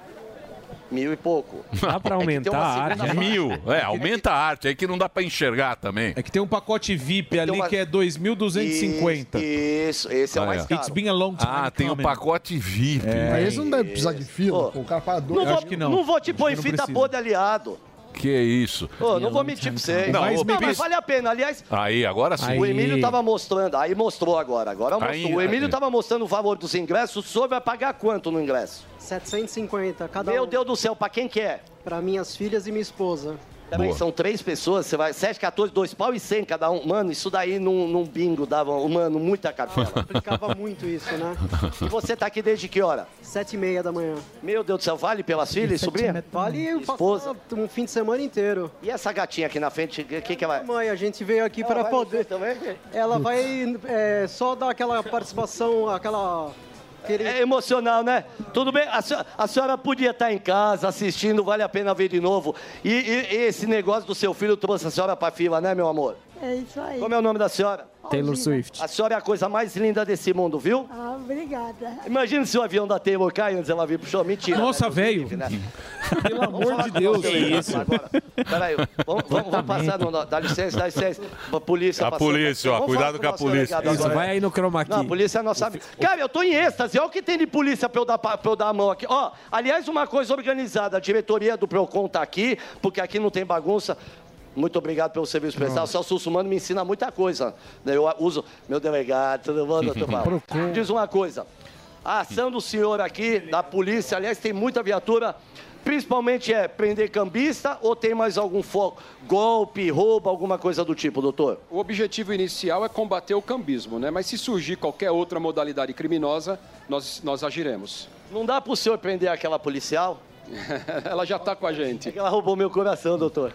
Mil e pouco. Dá pra É que tem aumentar uma a segunda arte. faixa. Mil. É, aumenta a arte. Aí que não dá pra enxergar também. É que tem um pacote V I P ali uma- que é dois mil duzentos e cinquenta. Isso, esse é o mais caro. It's been a long time Ah, tem o coming. pacote V I P. Mas esse não deve precisar de fila, Ô, pô, o cara paga dois. Não Eu vou, acho que não. vou te pôr em não fita precisa. podre aliado. Que isso. Ô, não vou mentir pra vocês. Não, Não, ô, mas Pis- vale a pena. Aliás, Aí, agora sim. o Emílio tava mostrando. Aí mostrou agora. Agora mostrou. Aí, o Emílio aí. tava mostrando o valor dos ingressos. O senhor vai pagar quanto no ingresso? setecentos e cinquenta cada Meu um. Deus do céu, pra quem que é? Para minhas filhas e minha esposa. Peraí, são três pessoas, você vai... sete, quatorze, dois pau e cem cada um. Mano, isso daí num, num bingo dava, mano, muita cartela. Complicava muito isso, né? E você tá aqui desde que hora? Sete e meia da manhã. Meu Deus do céu, vale pelas filhas, sobrinha? Vale Esposa. passar um fim de semana inteiro. E essa gatinha aqui na frente, o que que ela... Mãe, a gente veio aqui Ela para vai poder... também? Ela vai é, só dar aquela participação, aquela... aquele- É emocional, né? Tudo bem? A senhora, a senhora podia estar em casa assistindo, vale a pena ver de novo. E, e- e esse negócio do seu filho trouxe a senhora pra fila, né, meu amor? É isso aí. Como é o nome da senhora? Taylor Swift. A senhora é a coisa mais linda desse mundo, viu? Ah, obrigada. Imagina se o avião da Taylor cai antes dela vir pro show. Mentira. Nossa, né? velho. Né? Pelo Vamos amor falar de com Deus. você, Que né? isso? Agora, peraí, vamos, vamos, vamos passar. No, dá licença, dá licença. A polícia A passando. polícia, ó, Vamos cuidado falar com a o nosso polícia. delegado Isso, agora. vai aí no chroma key. Não, a polícia é nossa amiga. Cara, eu tô em êxtase. Olha o que tem de polícia pra eu dar, pra eu dar a mão aqui. Ó, aliás, uma coisa organizada. A diretoria do Procon tá aqui, porque aqui não tem bagunça. Muito obrigado pelo serviço prestado. O Celso Russomano me ensina muita coisa. Eu uso meu delegado, tudo bom, doutor Paulo? Diz uma coisa. A ação do senhor aqui, da polícia, aliás, tem muita viatura. Principalmente é prender cambista ou tem mais algum foco? Golpe, roubo, alguma coisa do tipo, doutor? O objetivo inicial é combater o cambismo, né? Mas se surgir qualquer outra modalidade criminosa, nós, nós agiremos. Não dá pro senhor prender aquela policial? Ela já está com a gente. É que ela roubou meu coração, doutor.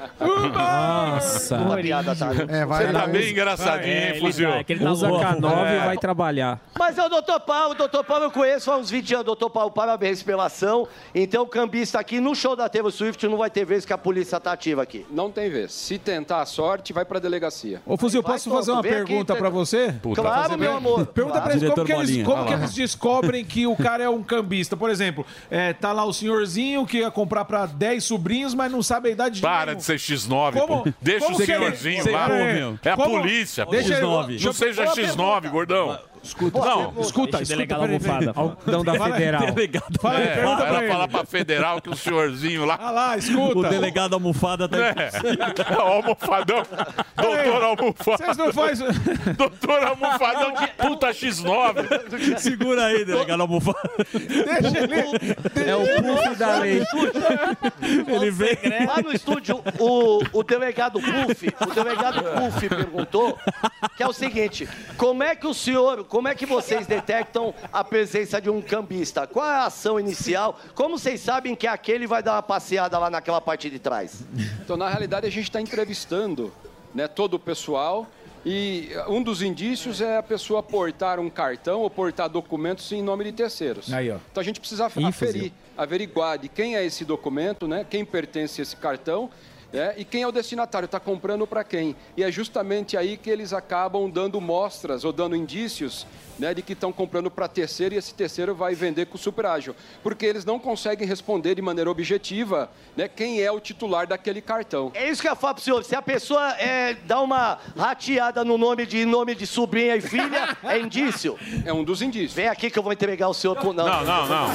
Nossa. Uma piada, tá? É, vai Você tá bem engraçadinho, hein, fuzil? Usa K nove e É. vai trabalhar. Mas é o doutor Paulo, o doutor Paulo eu conheço há uns vinte anos. Doutor Paulo, parabéns pela ação. Então o cambista aqui no show da Taylor Swift não vai ter vez que a polícia tá ativa aqui. Não tem vez. Se tentar a sorte, vai para a delegacia. Ô, Fuzil, Vai, posso Tom, fazer uma vem aqui, pergunta Tom. pra você? Puta, Claro, fazer meu bem. amor. Pergunta pra eles Diretor como, que eles, Bolinha. como Olha que lá. eles descobrem que o cara é um cambista. Por exemplo, é, tá lá o senhorzinho que ia comprar pra dez sobrinhos, mas não sabe a idade de Para nenhum. de ser X nove, Como- pô. Deixa como o que ele- senhorzinho Você- lá. é, É a como- polícia. pô. Deixa X eu- nove. deixa Não eu- seja uma X nove, gordão. Escuta, não, escuta, Deixa o delegado peraí, peraí. almofada. Não da Fala aí, federal. delegado. Fala aí, É, pergunta ela pra falar ele. pra federal que o senhorzinho lá. Ah lá, escuta. O delegado almofada tá É, o almofadão. Doutor almofadão. Vocês não fazem... Doutor almofadão de puta X nove. Segura aí, delegado almofada. Deixa ele... É o puff da lei. Ele vem... Lá no estúdio, o, o delegado Puff, o delegado Puff perguntou que é o seguinte, como é que o senhor, como é que vocês detectam a presença de um cambista? Qual é a ação inicial? Como vocês sabem que aquele vai dar uma passeada lá naquela parte de trás? Então, na realidade, a gente está entrevistando, né, todo o pessoal e um dos indícios é a pessoa portar um cartão ou portar documentos em nome de terceiros. Aí, ó. Então, a gente precisa aferir, averiguar de quem é esse documento, né, quem pertence a esse cartão, é, e quem é o destinatário, está comprando para quem. E é justamente aí que eles acabam dando mostras ou dando indícios, né, de que estão comprando para terceiro e esse terceiro vai vender com superágio. Porque eles não conseguem responder de maneira objetiva, né, quem é o titular daquele cartão. É isso que eu falo pro senhor, se a pessoa é, dá uma rateada no nome de, nome de sobrinha e filha, é indício? É um dos indícios. Vem aqui que eu vou entregar o senhor pro... Não, Não, não, não.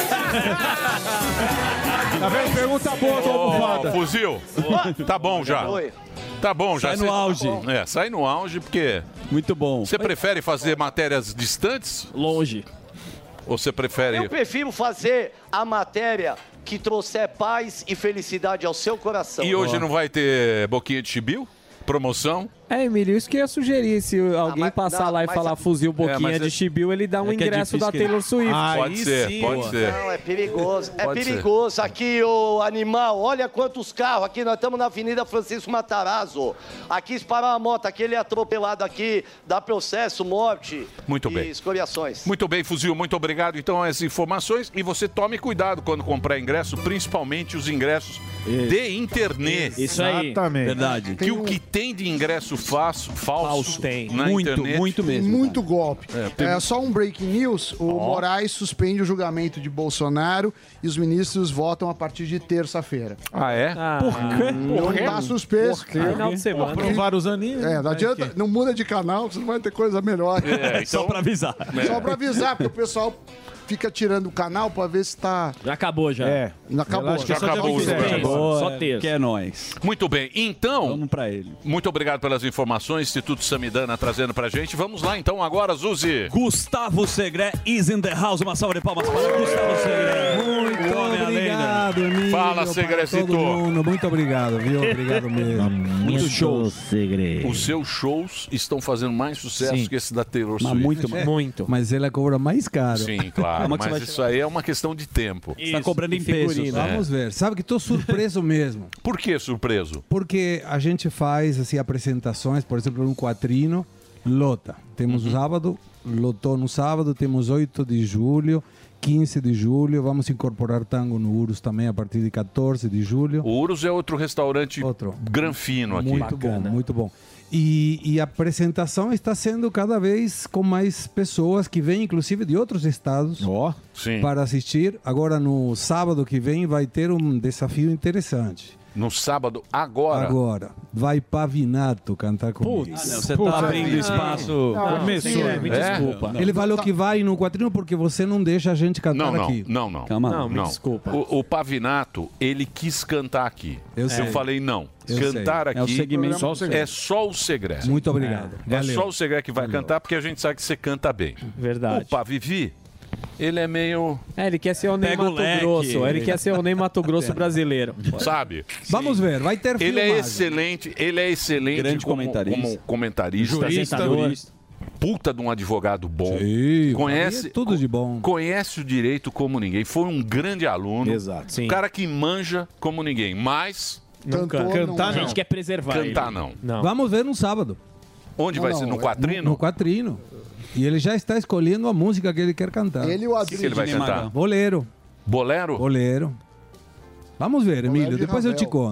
Tá vendo? Pergunta boa do almofada. Ô, fuzil. Tá bom já. Oi. Tá bom já. Sai no Cê- auge. É, sai no auge porque... Muito bom. Você prefere fazer matérias distantes? Longe. Ou você prefere... Eu prefiro fazer a matéria que trouxer paz e felicidade ao seu coração. E hoje não vai ter boquinha de chibiu? Promoção? É, Emílio, isso que eu ia sugerir. Se alguém mas- passar não, lá e mas falar a- fuzil É, boquinha mas de é- chibiu, ele dá um é que é ingresso difícil da que- Taylor Swift. Pode ser, pode ser. Não, é perigoso. É Pode ser. perigoso. Aqui, ô animal, olha quantos carros. Aqui nós estamos na Avenida Francisco Matarazzo. Aqui, se parar uma moto, aquele é atropelado aqui, dá processo, morte. Muito e bem. escoriações. Muito bem, Fuzil, muito obrigado. Então, as informações. E você tome cuidado quando comprar ingresso, principalmente os ingressos de internet. Isso aí. Exatamente. Verdade. Que o que tem de ingresso falso, falso, Falso tem. na Muito, internet. muito mesmo. Muito golpe. É, É, tem- só um breaking news: o Moraes suspende o julgamento de Bolsonaro e os ministros votam a partir de terça-feira. Ah, é? Ah, Não está suspenso. final de semana. Aprovaram os aninhos. É, não adianta, não muda de canal, você não vai ter coisa melhor. É, então, Só pra avisar. Só pra avisar, porque o pessoal fica tirando o canal pra ver se tá. Já acabou já. É. Não acabou. Relaxa que Já só acabou dia o vinte e sete. programa. Só terça. Que é nóis. Muito bem, então, Vamos pra ele. muito obrigado pelas informações, Instituto Samidana trazendo pra gente. Vamos lá então agora, Zuzi. Gustavo Segré is in the house. Uma salva de palmas para Gustavo Segré. Muito O homem, a lenda. obrigado, Emílio. Fala, para Segrecito. todo mundo. Muito obrigado, viu? Obrigado mesmo. Muito show. Os seus shows estão fazendo mais sucesso Sim. que esse da Taylor Mas Swift. muito, É. Muito. Mas ela cobra mais caro. Sim, claro. Como é que você Mas vai isso aí é uma questão de tempo. Você tá cobrando em pesos. Vamos ver. Sabe que estou surpreso mesmo. Por que surpreso? Porque a gente faz assim, apresentações, por exemplo, no Quatrino, lota. Temos o sábado, lotou no sábado, temos oito de julho, quinze de julho, vamos incorporar tango no Urus também a partir de quatorze de julho. O Urus é outro restaurante Outro. granfino aqui. Muito bom, muito bom. E, e a apresentação está sendo cada vez com mais pessoas que vêm, inclusive de outros estados, Sim. para assistir. Agora, no sábado que vem, vai ter um desafio interessante. No sábado, agora. Agora, vai Pavinato cantar comigo. Putz, ah, não, você tá abrindo espaço. Não, Começou. sim, Me é. desculpa. Ele falou que vai no Quatrino porque você não deixa a gente cantar Não, não, aqui. não, não. Calma. Não, me desculpa. O, o Pavinato, ele quis cantar aqui. Eu sei. falei, não. Eu cantar sei. É o aqui segmento. Só o segredo. é só o segredo. Muito obrigado. É Valeu. só o segredo que vai cantar, porque a gente sabe que você canta bem. Verdade. O Pavivi, ele é meio... É, ele quer ser o Ney Pega o Mato leque. Grosso. Ele quer ser o Ney Mato Grosso brasileiro. Sabe? Vamos ver, vai ter Ele é filmagem. excelente, ele é excelente Grande como comentarista. como comentarista. Jurista. Jurista. Puta de um advogado bom. Sim, conhece é tudo de bom. Conhece o direito como ninguém. Foi um grande aluno. Exato. Sim. Um cara que manja como ninguém. Mas Não Cantor, canta. Cantar A não. gente quer preservar cantar ele. não. Não. Vamos ver no sábado. Onde Não, vai não, ser? No é- quatrino? No Quatrino. E ele já está escolhendo a música que ele quer cantar. Ele e o O que, que ele vai Adriano. cantar? Bolero. Bolero? Bolero. Vamos ver, Emílio. de Depois eu Ravel. te conto.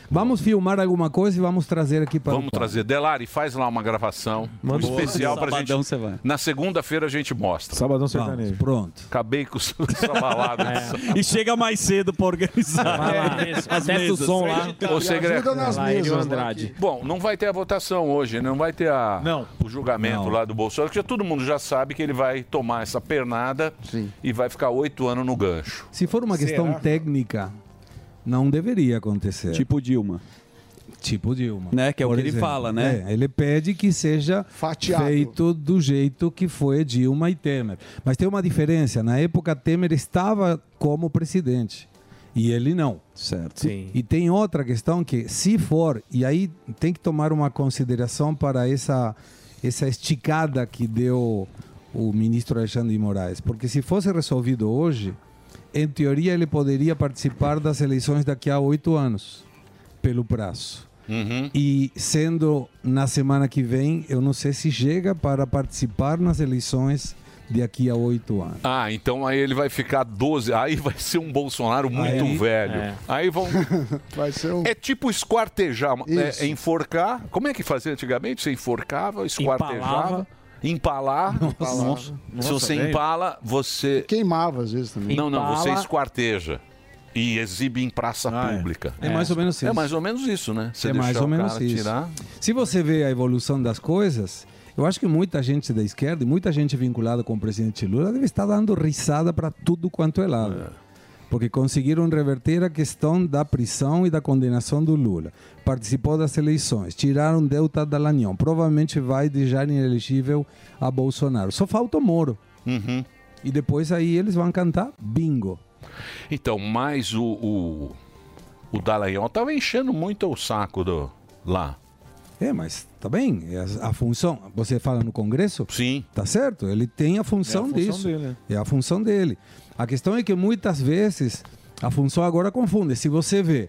Vamos filmar alguma coisa e vamos trazer aqui para Vamos o palco. trazer. Delari, faz lá uma gravação um especial pra Sabadão gente. você vai. Na segunda-feira a gente mostra. Sabadão Vamos, pronto. Acabei com essa balada. É. E chega mais cedo pra organizar. Vai lá. As Testa o mesas. som lá. Ô, Segredo. Ajuda nas Lá, mesas, Enio lá Andrade. aqui. Bom, não vai ter a votação hoje, não vai ter a, o julgamento Não. lá do Bolsonaro, porque todo mundo já sabe que ele vai tomar essa pernada e vai ficar oito anos no gancho. Se for uma questão Será? técnica, não deveria acontecer. Tipo Dilma. Tipo Dilma. Né? Que é o Por que ele exemplo. fala, né? É, ele pede que seja Fatiado. feito do jeito que foi Dilma e Temer. Mas tem uma diferença. Na época, Temer estava como presidente. E ele não. Certo. Sim. E tem outra questão que, se for, e aí tem que tomar uma consideração para essa, essa esticada que deu o ministro Alexandre de Moraes. Porque se fosse resolvido hoje, em teoria ele poderia participar das eleições daqui a oito anos, pelo prazo. Uhum. E sendo na semana que vem, eu não sei se chega para participar nas eleições daqui a oito anos. Ah, então aí ele vai ficar doze. Aí vai ser um Bolsonaro muito Aí- velho. é. Aí vão. Vai ser um... É tipo esquartejar, Isso. é, enforcar. Como é que fazia antigamente? Você enforcava, esquartejava, Empalava. empalar. Nossa. Se você velho. empala, você. Queimava às vezes também. Não, não, você Empala. esquarteja. E exibe em praça pública. É mais ou menos É isso. mais ou menos isso, né? Você é deixar mais ou o menos cara isso. tirar. Se você vê a evolução das coisas, eu acho que muita gente da esquerda e muita gente vinculada com o presidente Lula deve estar dando risada para tudo quanto é lado. Porque conseguiram reverter a questão da prisão e da condenação do Lula. Participou das eleições, tiraram Delta Dallagnol. Provavelmente vai deixar inelegível a Bolsonaro. Só falta o Moro. Uhum. E depois aí eles vão cantar bingo. Então, mas o, o, o Dallagnol estava enchendo muito o saco do, lá. É, mas tá bem, é a, a função, você fala no Congresso? Sim. Tá certo, ele tem a função, É a função disso. dele, né? É a função dele. A questão é que muitas vezes a função agora confunde. Se você vê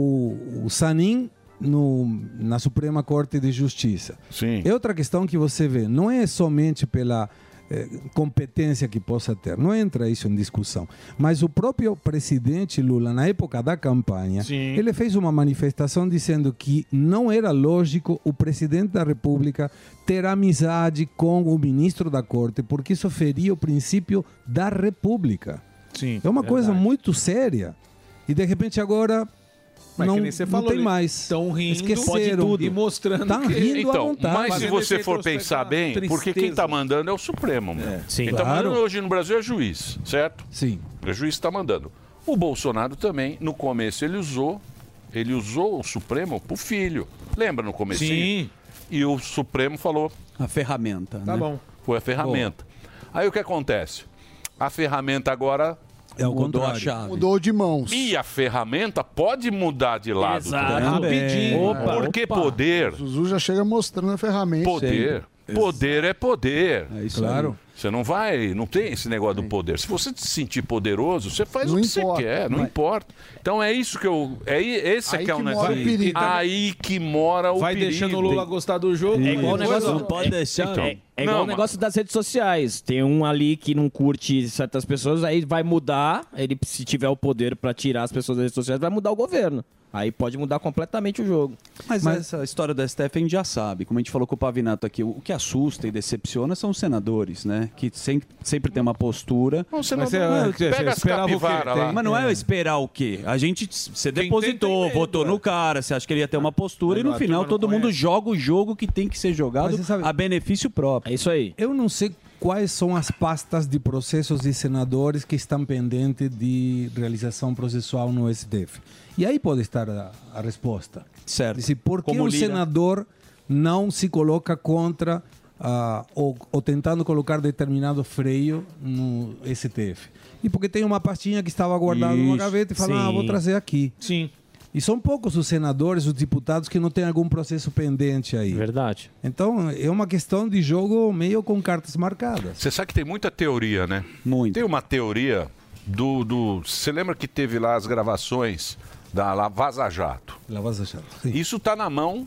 o, o Sanin no, na Suprema Corte de Justiça. Sim. É outra questão que você vê, não é somente pela eh, competência que possa ter, não entra isso em discussão, mas o próprio presidente Lula, na época da campanha, Sim. ele fez uma manifestação dizendo que não era lógico o presidente da República ter amizade com o ministro da Corte, porque isso feria o princípio da República. Sim, é uma coisa verdade. muito séria. E de repente agora Mas não, que nem você não falou, tem eles mais. tão rindo, Esqueceram. pode tudo. E mostrando Tá que- rindo à Então, vontade. mas se Fazendo você esse for retrospecto pensar da bem, porque quem tristeza. está mandando é o Supremo. meu. Sim. Quem está Claro. mandando hoje no Brasil é juiz, certo? Sim. O juiz está mandando. O Bolsonaro também, no começo, ele usou, ele usou o Supremo pro filho. Lembra no começo? Sim. E o Supremo falou... A ferramenta, Tá né? bom. Foi a ferramenta. Aí o que acontece? A ferramenta agora... É o Mudou a contrário. chave. Mudou de mãos. E a ferramenta pode mudar de lado. Exato. também. Rapidinho. Opa, Porque poder... O Zuzu já chega mostrando a ferramenta. Poder. Poder é poder. É isso Claro. aí. Você não vai, não tem esse negócio do poder. Se você se sentir poderoso, você faz Não o que importa. você quer, não Vai. importa. Então é isso que eu, é i- esse Aí é que é o que mora negócio. o perigo. Aí que mora o Vai perigo. deixando o Lula gostar do jogo. É igual o Depois, negócio. ó, Não pode deixar. Então, É, é igual Não, o negócio das redes sociais. Tem um ali que não curte certas pessoas, aí vai mudar. Ele, se tiver o poder pra tirar as pessoas das redes sociais, vai mudar o governo. Aí pode mudar completamente o jogo. Mas, essa história da S T F a gente já sabe. Como a gente falou com o Pavinato aqui, o que assusta e decepciona são os senadores, né? Que sempre, sempre tem uma postura. Não, você Mas não, você- não, você- pega você as esperava o quê? capivaras lá. Tem- Mas não é esperar o quê? A gente, você Quem depositou, tem, tem medo, votou é. no cara, você acha que ele ia ter uma postura Mas e no a final turma não todo mundo conhece. joga o jogo que tem que ser jogado Mas você sabe- a benefício próprio. É isso aí. Eu não sei quais são as pastas de processos de senadores que estão pendentes de realização processual no S T F. E aí pode estar a, a resposta. Certo. Dizer, por que Como o Lira. senador não se coloca contra ah, ou, ou tentando colocar determinado freio no S T F? E porque tem uma pastinha que estava guardada numa Isso. gaveta e fala, ah, Sim. vou trazer aqui. Sim. E são poucos os senadores, os deputados que não têm algum processo pendente aí. Verdade. Então, é uma questão de jogo meio com cartas marcadas. Você sabe que tem muita teoria, né? Muito. Tem uma teoria do... do você lembra que teve lá as gravações da lá Vaza Jato? La Vaza Jato, sim. Isso tá na mão...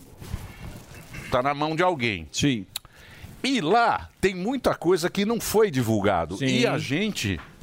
Tá na mão de alguém. Sim. E lá tem muita coisa que não foi divulgado. Sim. E a gente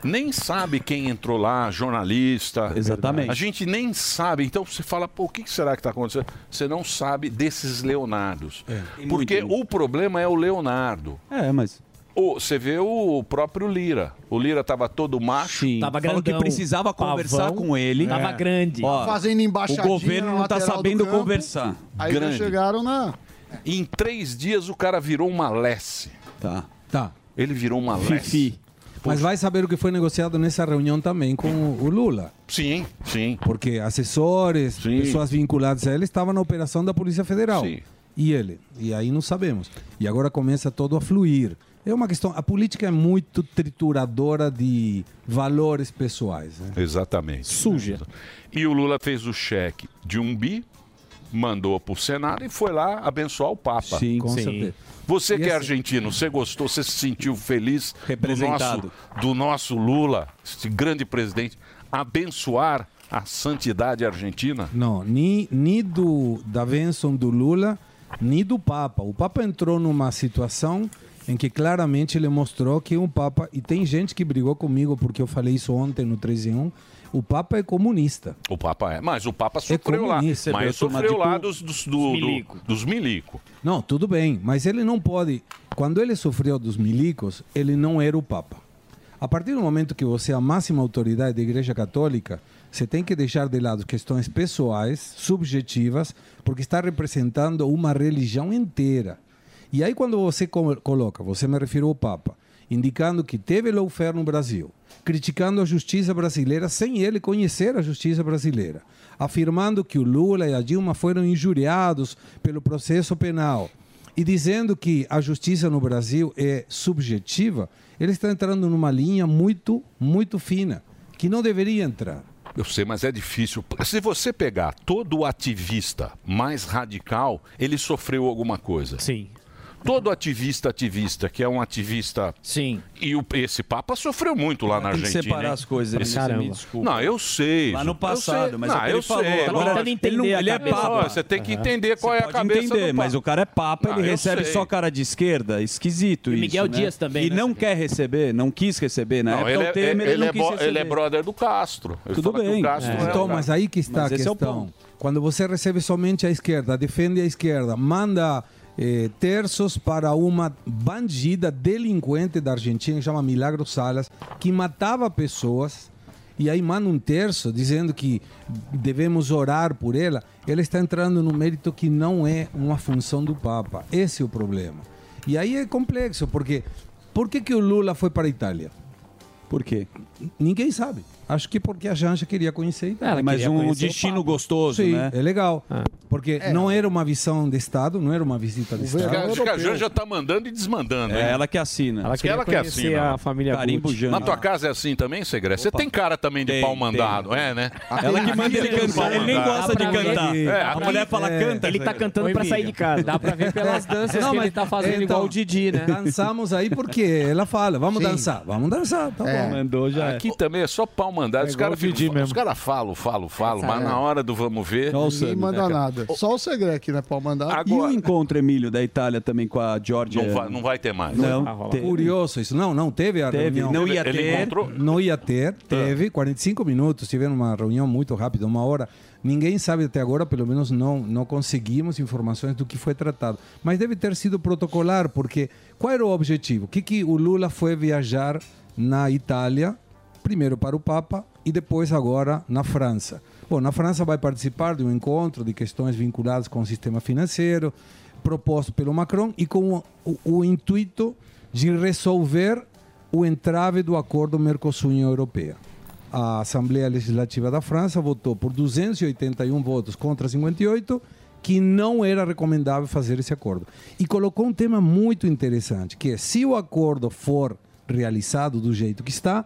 nem sabe quem entrou lá, jornalista. Exatamente. A gente nem sabe. Então você fala, pô, o que será que está acontecendo? Você não sabe desses Leonardos. Porque o problema é o Leonardo. É, mas... O, você vê o próprio Lira. O Lira estava todo macho. Sim. Tava Falou grandão, que precisava conversar pavão, com ele. Tava É. grande. Ó, Fazendo embaixadinha o governo na não está lateral do sabendo campo. conversar. Aí já chegaram na... Em três dias o cara virou uma lesse. Tá. Tá. Ele virou uma lesse. Mas vai saber o que foi negociado nessa reunião também com o Lula. Sim, sim. Porque assessores, Sim. pessoas vinculadas a ele estavam na operação da Polícia Federal. Sim. E ele? E aí não sabemos. E agora começa todo a fluir. É uma questão... A política é muito trituradora de valores pessoais. Né? Exatamente. Suja. E o Lula fez o cheque de um bi, mandou para o Senado e foi lá abençoar o Papa. Sim, com Sim. certeza. Você que E é assim- argentino, você gostou, você se sentiu feliz Representado. do nosso, do nosso Lula, esse grande presidente, abençoar a santidade argentina? Não, nem, nem do, da bênção do Lula, nem do Papa. O Papa entrou numa situação em que claramente ele mostrou que um Papa... E tem gente que brigou comigo porque eu falei isso ontem no três em um. O Papa é comunista. O Papa é. Mas o Papa sofreu lá. comunista. Mas Você vê, sofreu turma, lá tipo, dos, dos, do- do- milico. dos milico. Não, tudo bem, mas ele não pode... Quando ele sofreu dos milicos, ele não era o Papa. A partir do momento que você é a máxima autoridade da Igreja Católica, você tem que deixar de lado questões pessoais, subjetivas, porque está representando uma religião inteira. E aí quando você co- coloca, você me refiro ao Papa, indicando que teve lawfare no Brasil, criticando a justiça brasileira sem ele conhecer a justiça brasileira, afirmando que o Lula e a Dilma foram injuriados pelo processo penal e dizendo que a justiça no Brasil é subjetiva, ele está entrando numa linha muito, muito fina, que não deveria entrar. Eu sei, mas é difícil. Se você pegar todo ativista mais radical, ele sofreu alguma coisa. Sim. Todo ativista, ativista, que é um ativista... Sim. E o, esse Papa sofreu muito lá na Tem que Argentina. separar hein? as coisas, Precisa- Caramba. me desculpa. Não, eu sei. Lá no eu passado, sei. mas não, é o que eu ele falou. sei. Agora, lógico. ele não- ele é papa. Ó, Você tem que entender qual Você é a pode cabeça entender, do mas Papa. o cara é papa, Ah, ele eu recebe sei. só cara de esquerda, esquisito E isso, Miguel né? Dias também, E né? não quer receber, não quis receber, na Não, época ele, o é, Temer, ele, ele não é quis bo- receber. ele é brother do Castro. Ele Tudo fala que bem. o Castro É. era Então, o mas cara. aí que está Mas a esse é o questão. ponto. Quando você recebe somente a esquerda, defende a esquerda, manda eh, terços para uma bandida delinquente da Argentina que chama Milagro Salas, que matava pessoas, e aí manda um terço dizendo que devemos orar por ela, ele está entrando no mérito que não é uma função do Papa. Esse é o problema. E aí é complexo, porque por que, que o Lula foi para a Itália? Por quê? Ninguém sabe. Acho que porque a Janja queria conhecer a Itália. Ela Mas queria um conhecer o destino Papa. gostoso, Sim, né? é legal. Ah. Porque É. não era uma visão de Estado, não era uma visita de Estado. Acho que a Janja está mandando e desmandando. É hein? ela que assina. Ela que, ela que assina. a família Carimbo Gucci. Janja. Na tua casa é assim também, Segre? Você tem cara também de Tem, pau mandado, tem. é, né? Ela que manda ele cantar, ele nem gosta de cantar. É, A mulher fala, canta. Ele tá cantando Oi, pra Miriam. sair de casa. Dá pra ver pelas danças Não, que mas- ele tá fazendo então, igual o Didi, né? Dançamos aí porque ela fala, vamos Sim. dançar, vamos dançar, tá É. bom. Mandou já. é. Aqui também é só pau mandado. É os igual caras o Didi ficam- mesmo. os caras falam, falam, falam, mas É. na hora do vamos ver. Olha o Ninguém Sammy, manda né, cara? nada. Só o segredo aqui, né? Pau mandado. E o encontro, Emílio, da Itália também com a Georgia? Não vai, não vai ter mais. Não, teve. Curioso isso. Não, não teve a Teve, reunião. não ia Ele ter. encontrou? Não ia ter, teve quarenta e cinco minutos, tiveram uma reunião muito rápida, uma hora. Ninguém sabe até agora, pelo menos não, não conseguimos informações do que foi tratado. Mas deve ter sido protocolar, porque qual era o objetivo? O que, que o Lula foi viajar na Itália, primeiro para o Papa e depois agora na França? Bom, na França vai participar de um encontro de questões vinculadas com o sistema financeiro, proposto pelo Macron e com o, o intuito de resolver o entrave do acordo Mercosul-União Europeia. A Assembleia Legislativa da França votou por duzentos e oitenta e um votos contra cinquenta e oito que não era recomendável fazer esse acordo. E colocou um tema muito interessante, que é se o acordo for realizado do jeito que está,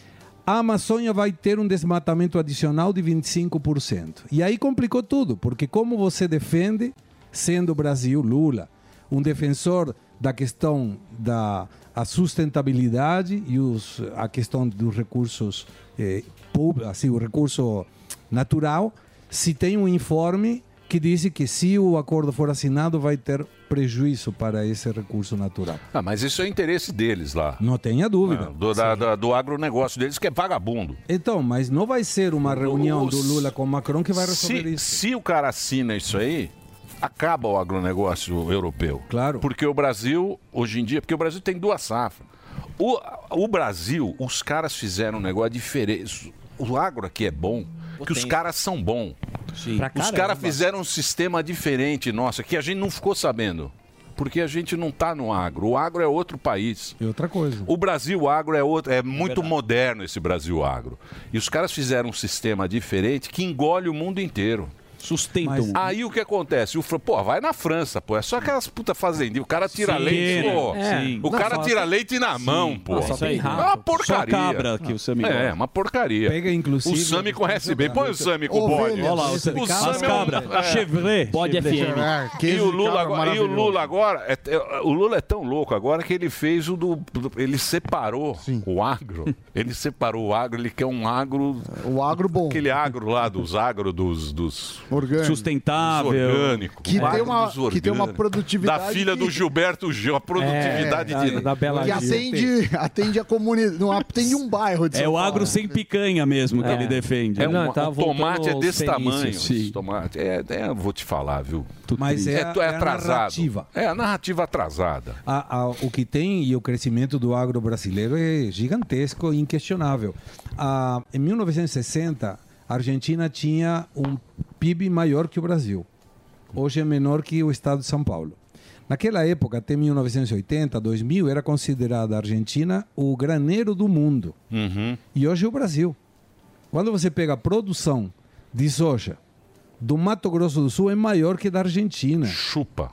a Amazônia vai ter um desmatamento adicional de vinte e cinco por cento. E aí complicou tudo, porque como você defende, sendo o Brasil, Lula, um defensor da questão da a sustentabilidade e os, a questão dos recursos, eh, públicos, assim, o recurso natural, se tem um informe que disse que se o acordo for assinado vai ter prejuízo para esse recurso natural. Ah, mas isso é interesse deles lá. Não tenha dúvida. Ah, do, da, da, do agronegócio deles, que é vagabundo. Então, mas não vai ser uma reunião do Lula com Macron que vai resolver se, isso. Se o cara assina isso aí, acaba o agronegócio europeu. Claro. Porque o Brasil, hoje em dia, porque o Brasil tem duas safras. O, o Brasil, os caras fizeram um negócio diferente. O agro aqui é bom, que os caras são bons. Os caras fizeram um sistema diferente, nossa, que a gente não ficou sabendo. Porque a gente não está no agro. O agro é outro país. É outra coisa. O Brasil agro é outro, é muito moderno esse Brasil agro. E os caras fizeram um sistema diferente que engole o mundo inteiro. Sustentam. Mas aí o que acontece? O, Fran- pô, vai na França, pô. É só aquelas puta fazendinhas. O cara tira Sim, leite, pô. é. Sim. O Na cara falta- tira leite na mão, Sim. pô. Nossa, Isso bem aí é rápido. uma porcaria. Só cabra que o Sami É, gosta. uma porcaria. Pega, inclusive, O Sami conhece bem. Põe o Sami com o bode. Olha lá, o Sami. O As Sami é um- cabra. é. Chevrolet. Bode F M. E o Lula agora, e o Lula agora é, é, o Lula é tão louco agora que ele fez o do, do- ele separou o agro. Ele separou o agro, ele quer um agro, o agro bom. Aquele agro lá dos agro dos, dos Orgânico. Sustentável. dos orgânicos. Que o tem agro uma- dos que tem uma orgânicos. produtividade da filha do que- Gilberto Gil, a produtividade É, de da- que atende, atende a comunidade, não atende um bairro de São É o Paulo. agro sem picanha mesmo que É. ele defende. É um, tá o tomate é desse tamanho. Sim. esse Tomate. É, é, eu vou te falar, viu? Mas é a- tu- é a atrasado. narrativa. É a narrativa atrasada. A- a- o que tem e o crescimento do agro brasileiro é gigantesco e inquestionável. Ah, em mil novecentos e sessenta, a Argentina tinha um P I B maior que o Brasil. Hoje é menor que o estado de São Paulo. Naquela época, até mil novecentos e oitenta, dois mil, era considerada a Argentina o graneiro do mundo. E hoje é o Brasil. Quando você pega a produção de soja do Mato Grosso do Sul, é maior que da Argentina. Chupa.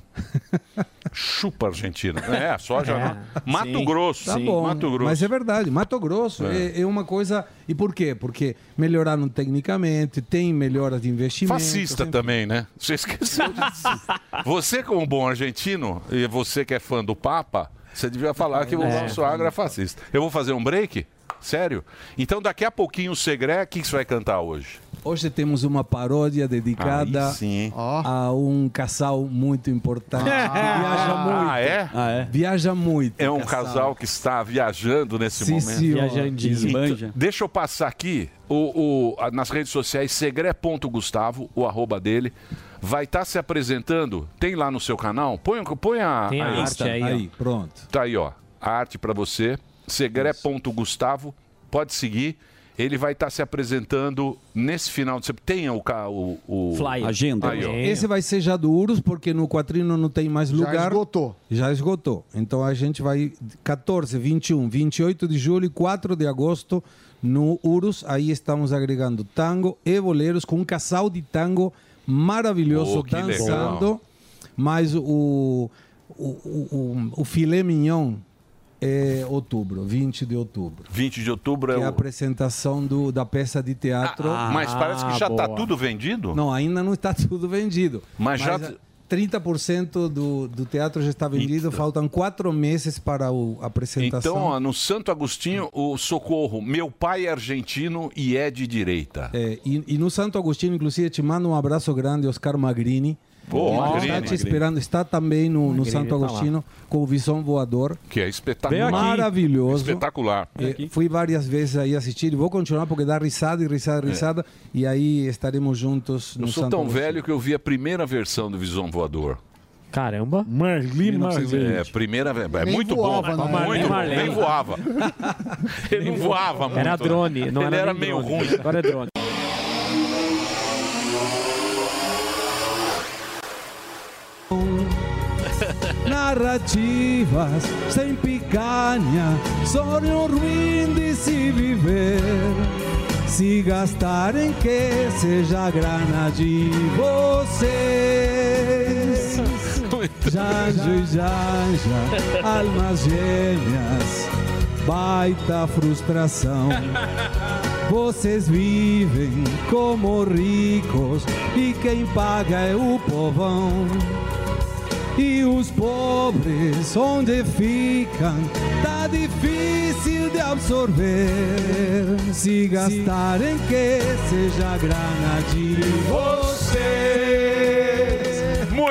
Chupa Argentina. É, soja. É, não. Mato sim. Grosso. Tá bom, Mato Grosso. mas é verdade. Mato Grosso É. é. é uma coisa... E por quê? Porque melhoraram tecnicamente, tem melhoras de investimento. Fascista também, né? Você esqueceu disso. Você, como bom argentino, e você que é fã do Papa, você devia falar que o É. nosso agro é fascista. Eu vou fazer um break? Sério? Então, daqui a pouquinho, o Segré, o que que você vai cantar hoje? Hoje temos uma paródia dedicada Aí sim. a um casal muito importante. Ah. que viaja muito. Ah, é? Ah, é? Viaja muito. É um casal. que está viajando nesse Sim, momento. senhor. Viajandinho. Então, deixa eu passar aqui o, o- a- nas redes sociais, segre.gustavo, o arroba dele. Vai estar se apresentando. Tem lá no seu canal? Põe, põe a, Tem a arte Insta. aí, ó. Aí, pronto. Tá aí, ó. A arte para você. segre.gustavo. Pode seguir. Ele vai estar se apresentando nesse final de semana. Tem o, ca- o, o... Agenda. Aí, ó. Esse vai ser já do Urus, porque no Quatrino não tem mais Já lugar. esgotou. Já esgotou. Então a gente vai quatorze, vinte e um, vinte e oito de julho e quatro de agosto no Urus. Aí estamos agregando tango e boleros com um casal de tango maravilhoso Oh, que dançando. legal. Mas o, o, o, o, o filé mignon é outubro, vinte de outubro. vinte de outubro é Que é a o... apresentação do, da peça de teatro. Ah, mas parece que já está tudo vendido? Não, ainda não está tudo vendido. Mas já- ah, trinta por cento do, do teatro já está vendido, faltam quatro meses para o- a apresentação. Então, ó, no Santo Agostinho, o Socorro, meu pai é argentino e é de direita. É, e, e no Santo Agostinho, inclusive, te mando um abraço grande, Oscar Magrini. Pô, que Magrini. está te Magrini. esperando, está também no, no Magrini Santo tá lá. Agostinho com o Visão Voador. Que é espetacular. Maravilhoso. Espetacular. É, fui várias vezes aí assistir e vou continuar porque dá risada e risada e É. risada. E aí estaremos juntos no Eu sou Santo tão Agostinho. velho que eu vi a primeira versão do Visão Voador. Caramba. Marli, É, primeira ve- É Nem muito voava, bom. né? Muito Nem bom. Marley. Nem voava. Ele não voava muito. Era drone, não Ele era era nem meio drone. ruim. Agora é drone. Narrativas sem picanha, sonho ruim de se viver. Se gastarem que seja a grana de vocês. Janjo e Janja, almas gêmeas, baita frustração. Vocês vivem como ricos e quem paga é o povão. E os pobres onde ficam tá difícil de absorver. Se gastarem que seja a grana de vocês.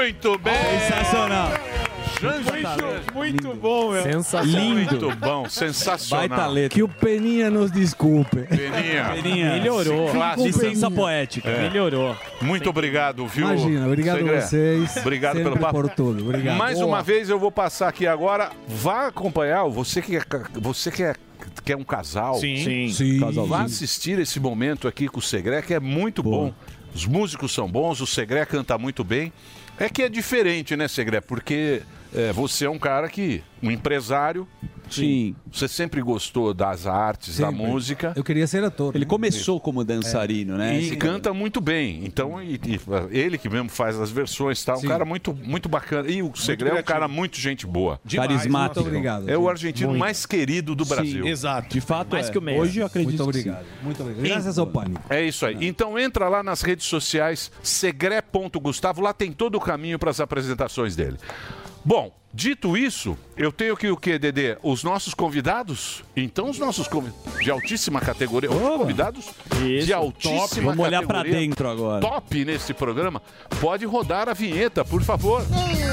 Muito bem. Sensacional. Muito, muito bom, meu. Sensacional. Muito bom, sensacional. Baita letra. Que o Peninha nos desculpe. Peninha. Peninha. Melhorou. Clássico. Licença poética. É. Melhorou. Muito obrigado, viu? Imagina, obrigado Segre? a vocês. Obrigado Sempre pelo papo. por tudo. Obrigado. Mais Boa. uma vez eu vou passar aqui agora. Vá acompanhar, você que é, você que é, que é um casal. Sim. Sim. Vá assistir esse momento aqui com o Segré, que é muito bom. Os músicos são bons, o Segré canta muito bem. É que é diferente, né, Segré? Porque é, você é um cara que, um empresário. Sim. Você sempre gostou das artes, da Sempre. música. Eu queria ser ator. Ele começou como dançarino, né? E canta muito bem. Então, e- e- ele que mesmo faz as versões, tá? Um Sim. cara muito, muito bacana. E o Segré é um cara muito gente boa. Carismático. Muito obrigado. É o argentino mais querido do Brasil. Exato. De fato, Mais é. que o mesmo. Hoje eu acredito Muito que sim. obrigado. Muito obrigado. Graças ao Pânico. É isso aí. Então entra lá nas redes sociais, segré ponto gustavo, lá tem todo o caminho para as apresentações dele. Bom, dito isso, eu tenho que o quê, Dedê? Os nossos convidados? Então os nossos convidados de altíssima categoria, os convidados de altíssima Top. Vamos olhar pra categoria, dentro agora. top nesse programa, pode rodar a vinheta, por favor.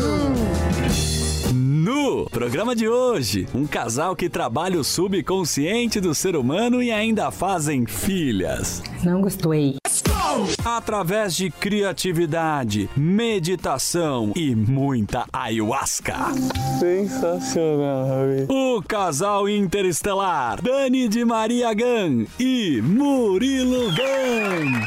No programa de hoje, um casal que trabalha o subconsciente do ser humano e ainda fazem filhas. Não gostei. Através de criatividade, meditação e muita ayahuasca. Sensacional, O casal interestelar, Dani de Maria Gan e Murilo Gan.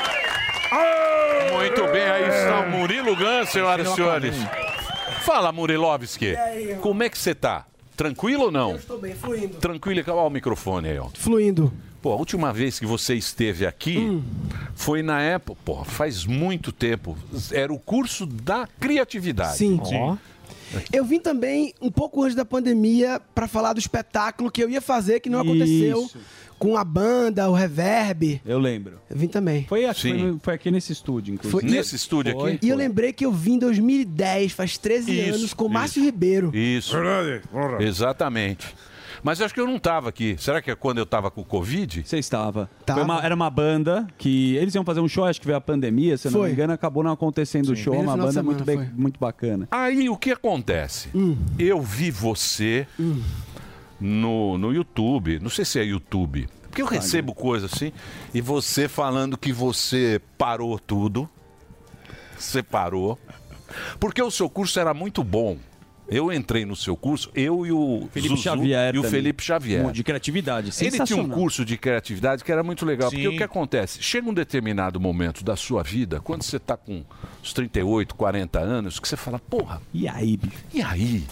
Muito bem, aí está o Murilo Gan, senhoras e senhores. Fala, Murilovski. Como é que você tá? Tranquilo ou não? Estou bem, fluindo. Tranquilo, olha o microfone aí, ó. Fluindo. Pô, a última vez que você esteve aqui Hum. foi na época, pô, faz muito tempo. Era o curso da criatividade. Sim. Ó. Eu vim também um pouco antes da pandemia para falar do espetáculo que eu ia fazer, que não aconteceu. Isso. Com a banda, o reverb. Eu lembro. Eu vim também. Foi aqui, foi, no- foi aqui nesse estúdio, inclusive. Foi- Nesse estúdio Foi, aqui? E eu lembrei que eu vim em dois mil e dez, faz treze Isso, anos, com o isso. Márcio Ribeiro. Isso. Exatamente. Mas eu acho que eu não estava aqui. Será que é quando eu estava com o Covid? Você estava. Tava. Foi uma- era uma banda que eles iam fazer um show, acho que veio a pandemia, se eu não Foi. me engano, acabou não acontecendo o show, Bem no uma final de banda muito, semana, bem, muito bacana. Aí o que acontece? Hum. Eu vi você no, no YouTube. Não sei se é YouTube. Porque eu recebo coisa assim. E você falando que você parou tudo. Você parou. Porque o seu curso era muito bom. Eu entrei no seu curso, eu e o Felipe Zuzu Xavier e o também. Felipe Xavier. De criatividade, Ele tinha um sensacional. curso de criatividade que era muito legal. Porque Sim. o que acontece? Chega um determinado momento da sua vida, quando você está com uns trinta e oito, quarenta anos, que você fala, porra, e aí, bicho? E aí?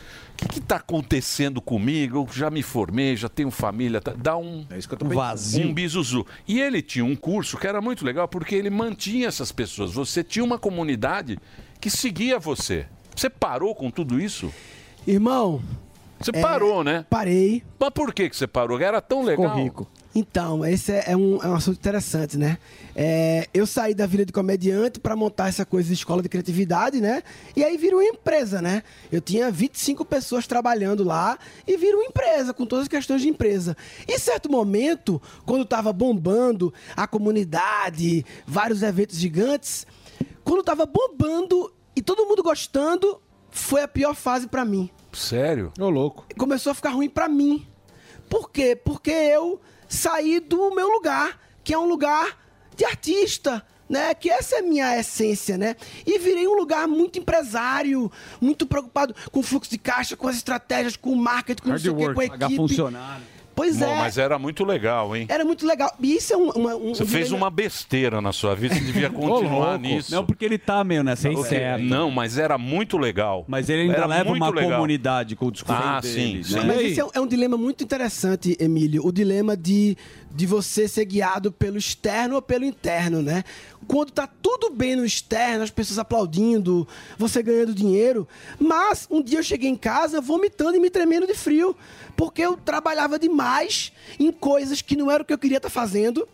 O que está acontecendo comigo? Eu já me formei, já tenho família. Tá? Dá um, Um vazio. um bizuzu. E ele tinha um curso que era muito legal porque ele mantinha essas pessoas. Você tinha uma comunidade que seguia você. Você parou com tudo isso? Irmão. Você é, parou, né? Parei. Mas por que, que você parou? Era tão legal. rico. Então, esse é, é um, é um assunto interessante, né? É, eu saí da vida de comediante para montar essa coisa de escola de criatividade, né? E aí virou uma empresa, né? Eu tinha vinte e cinco pessoas trabalhando lá e virou uma empresa, com todas as questões de empresa. E em certo momento, quando estava bombando a comunidade, vários eventos gigantes, quando estava bombando e todo mundo gostando, foi a pior fase para mim. Sério? Ô, louco. Começou a ficar ruim pra mim. Por quê? Porque eu saí do meu lugar, que é um lugar de artista, né? Que essa é a minha essência, né? E virei um lugar muito empresário, muito preocupado com o fluxo de caixa, com as estratégias, com o marketing, com, não sei o quê, com a pagar equipe. funcionário. Pois Bom, é. mas era muito legal, hein? Era muito legal. E isso é um... uma- um Você um fez dilema- uma besteira na sua vida, você devia continuar nisso. Não, porque ele tá meio nessa Porque- certo. Não, mas era muito legal. Mas ele ainda Era leva muito uma legal. comunidade com o discurso Ah, dele, sim, né? sim. Mas esse é um, é um dilema muito interessante, Emílio. O dilema de, de você ser guiado pelo externo ou pelo interno, né? Quando tá tudo bem no externo, as pessoas aplaudindo, você ganhando dinheiro. Mas um dia eu cheguei em casa vomitando e me tremendo de frio. Porque eu trabalhava demais em coisas que não era o que eu queria estar fazendo.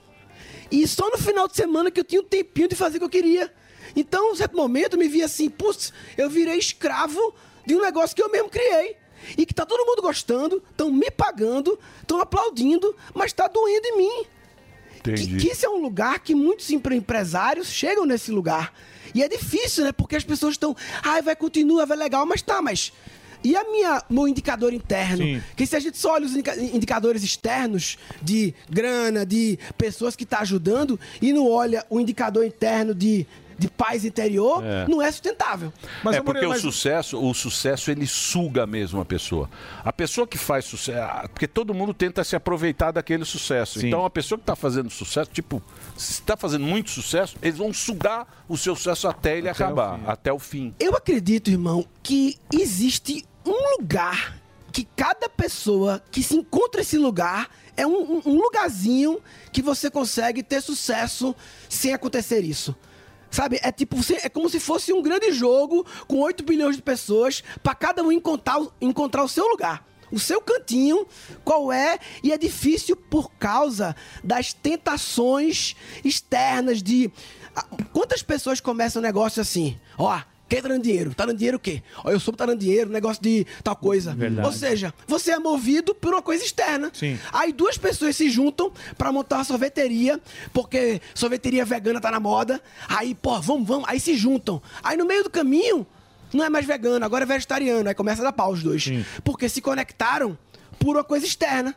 E só no final de semana que eu tinha um tempinho de fazer o que eu queria. Então, em certo momento, eu me vi assim, putz, eu virei escravo de um negócio que eu mesmo criei. E que tá todo mundo gostando, estão me pagando, estão aplaudindo, mas tá doendo em mim. Entendi. Que, que isso é um lugar que muitos empre- empresários chegam nesse lugar. E é difícil, né? Porque as pessoas estão... Ai, vai, continua, vai legal, mas tá, mas... E a minha, meu indicador interno? Sim. Que se a gente só olha os indica- indicadores externos de grana, de pessoas que estão ajudando, e não olha o indicador interno de, de paz interior, É. não é sustentável. é porque o sucesso, o sucesso ele suga mesmo a pessoa. A pessoa que faz sucesso, porque todo mundo tenta se aproveitar daquele sucesso. Sim. Então a pessoa que está fazendo sucesso, tipo, se está fazendo muito sucesso, eles vão sugar o seu sucesso até ele Até acabar, o fim. até o fim. Eu acredito, irmão, que existe um lugar que cada pessoa que se encontra nesse lugar é um, um- um lugarzinho que você consegue ter sucesso sem acontecer isso. Sabe, é tipo, você- é como se fosse um grande jogo com oito bilhões de pessoas para cada um encontrar, o- encontrar o seu lugar. O seu cantinho, qual é, e é difícil por causa das tentações externas de... ah, Quantas pessoas começam um negócio assim? Ó, quem tá dando dinheiro? Tá dando dinheiro o quê? Ó, eu soube tá dando dinheiro, negócio de tal coisa. Verdade. Ou seja, você é movido por uma coisa externa. Sim. Aí duas pessoas se juntam pra montar uma sorveteria, porque sorveteria vegana tá na moda. Aí, pô, vamos, vamos. Aí se juntam. Aí no meio do caminho, não é mais vegano, agora é vegetariano. Aí começa a dar pau os dois. Porque se conectaram por uma coisa externa.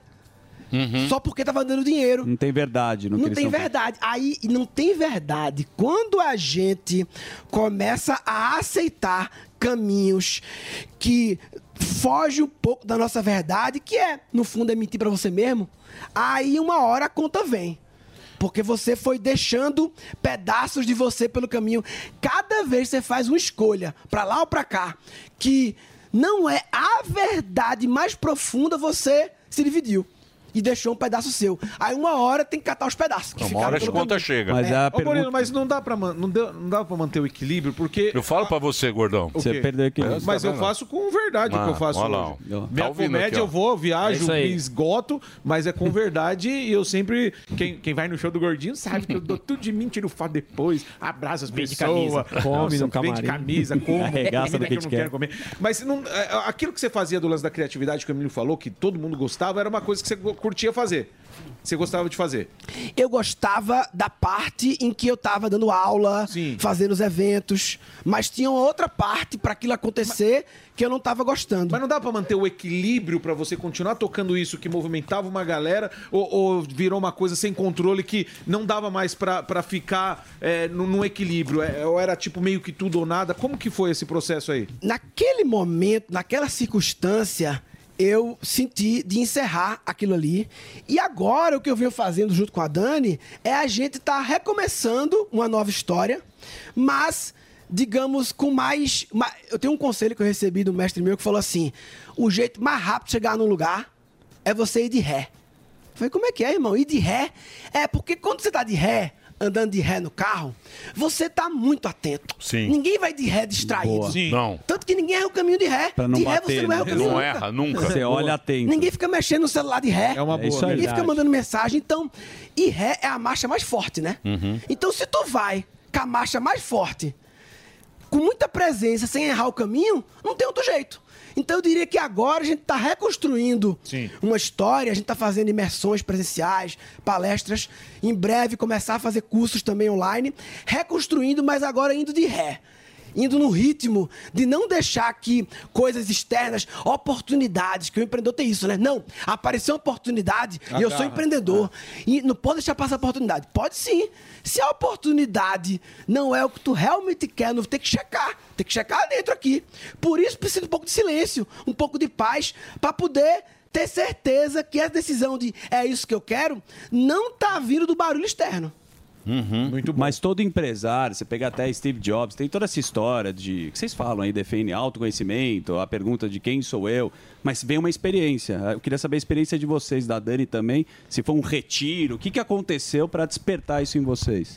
Só porque tava dando dinheiro. Não tem verdade no que Não eles tem tão verdade. Aí não tem verdade. Quando a gente começa a aceitar caminhos que fogem um pouco da nossa verdade, que é, no fundo, é mentir pra você mesmo, aí uma hora a conta vem. Porque você foi deixando pedaços de você pelo caminho. Cada vez que você faz uma escolha, pra lá ou pra cá, que não é a verdade mais profunda, você se dividiu. E deixou um pedaço seu. Aí uma hora tem que catar os pedaços. Que Uma ficaram hora as pelo contas caminho. chegam. Mas É. a Ô, pergunta... Moreno, mas não dá pra, man- não deu- não dá pra manter o equilíbrio, porque... Eu falo pra você, gordão. O Você quê? perdeu aquele... Mas Tá eu vendo? faço com verdade o que Ah, eu faço olha lá, hoje. ó. Tá Minha ouvindo comédia aqui, ó. eu vou, É viajo, isso aí. me esgoto, mas é com verdade e eu sempre... Quem, quem vai no show do Gordinho sabe que eu dou tudo de mim, tiro foto depois, abraço as Vem de pessoas. camisa. Come Nossa, no vem de camarim. camisa, como. Arregaça comida do que eu te não quer. quero comer. Mas não, é, aquilo que você fazia do lance da criatividade que o Emílio falou, que todo mundo gostava, era uma coisa que você curtia fazer. Você gostava de fazer. Eu gostava da parte em que eu tava dando aula, Sim. fazendo os eventos, mas tinha uma outra parte pra aquilo acontecer que eu não tava gostando. Mas não dá pra manter o equilíbrio pra você continuar tocando isso que movimentava uma galera ou, ou virou uma coisa sem controle que não dava mais pra, pra ficar é, num, num equilíbrio? É, ou era tipo meio que tudo ou nada? Como que foi esse processo aí? Naquele momento, naquela circunstância, eu senti de encerrar aquilo ali. E agora o que eu venho fazendo junto com a Dani é a gente tá recomeçando uma nova história, mas digamos com mais, ma- eu tenho um conselho que eu recebi do mestre meu que falou assim: o jeito mais rápido de chegar num lugar é você ir de ré. Eu falei, como é que é, irmão? Ir de ré? É porque quando você tá de ré, andando de ré no carro, você tá muito atento. Sim. Ninguém vai de ré distraído. Boa. Sim. Não. Tanto que ninguém erra o caminho de ré. Pra não de ré bater, você não erra o né? caminho Não nunca. erra, nunca. Você olha atento. Ninguém fica mexendo no celular de ré. É uma boa. isso aí. Ninguém fica mandando mensagem. Então, e ré é a marcha mais forte, né? Uhum. Então, se tu vai com a marcha mais forte, com muita presença, sem errar o caminho, não tem outro jeito. Então eu diria que agora a gente está reconstruindo Sim. uma história, a gente está fazendo imersões presenciais, palestras, em breve começar a fazer cursos também online, reconstruindo, mas agora indo de ré. Indo no ritmo de não deixar que coisas externas, oportunidades, que o empreendedor tem isso, né? Não, apareceu uma oportunidade e eu sou Agarra. empreendedor. E não pode deixar passar a oportunidade. Pode sim. Se a oportunidade não é o que tu realmente quer, não tem que checar. Tem que checar dentro aqui. Por isso precisa de um pouco de silêncio, um pouco de paz, para poder ter certeza que a decisão de é isso que eu quero não tá vindo do barulho externo. Muito bom. Mas todo empresário, você pega até Steve Jobs, tem toda essa história de que vocês falam aí, defende autoconhecimento, a pergunta de quem sou eu, mas vem uma experiência. Eu queria saber a experiência de vocês, da Dani também, se foi um retiro, o que, que aconteceu para despertar isso em vocês?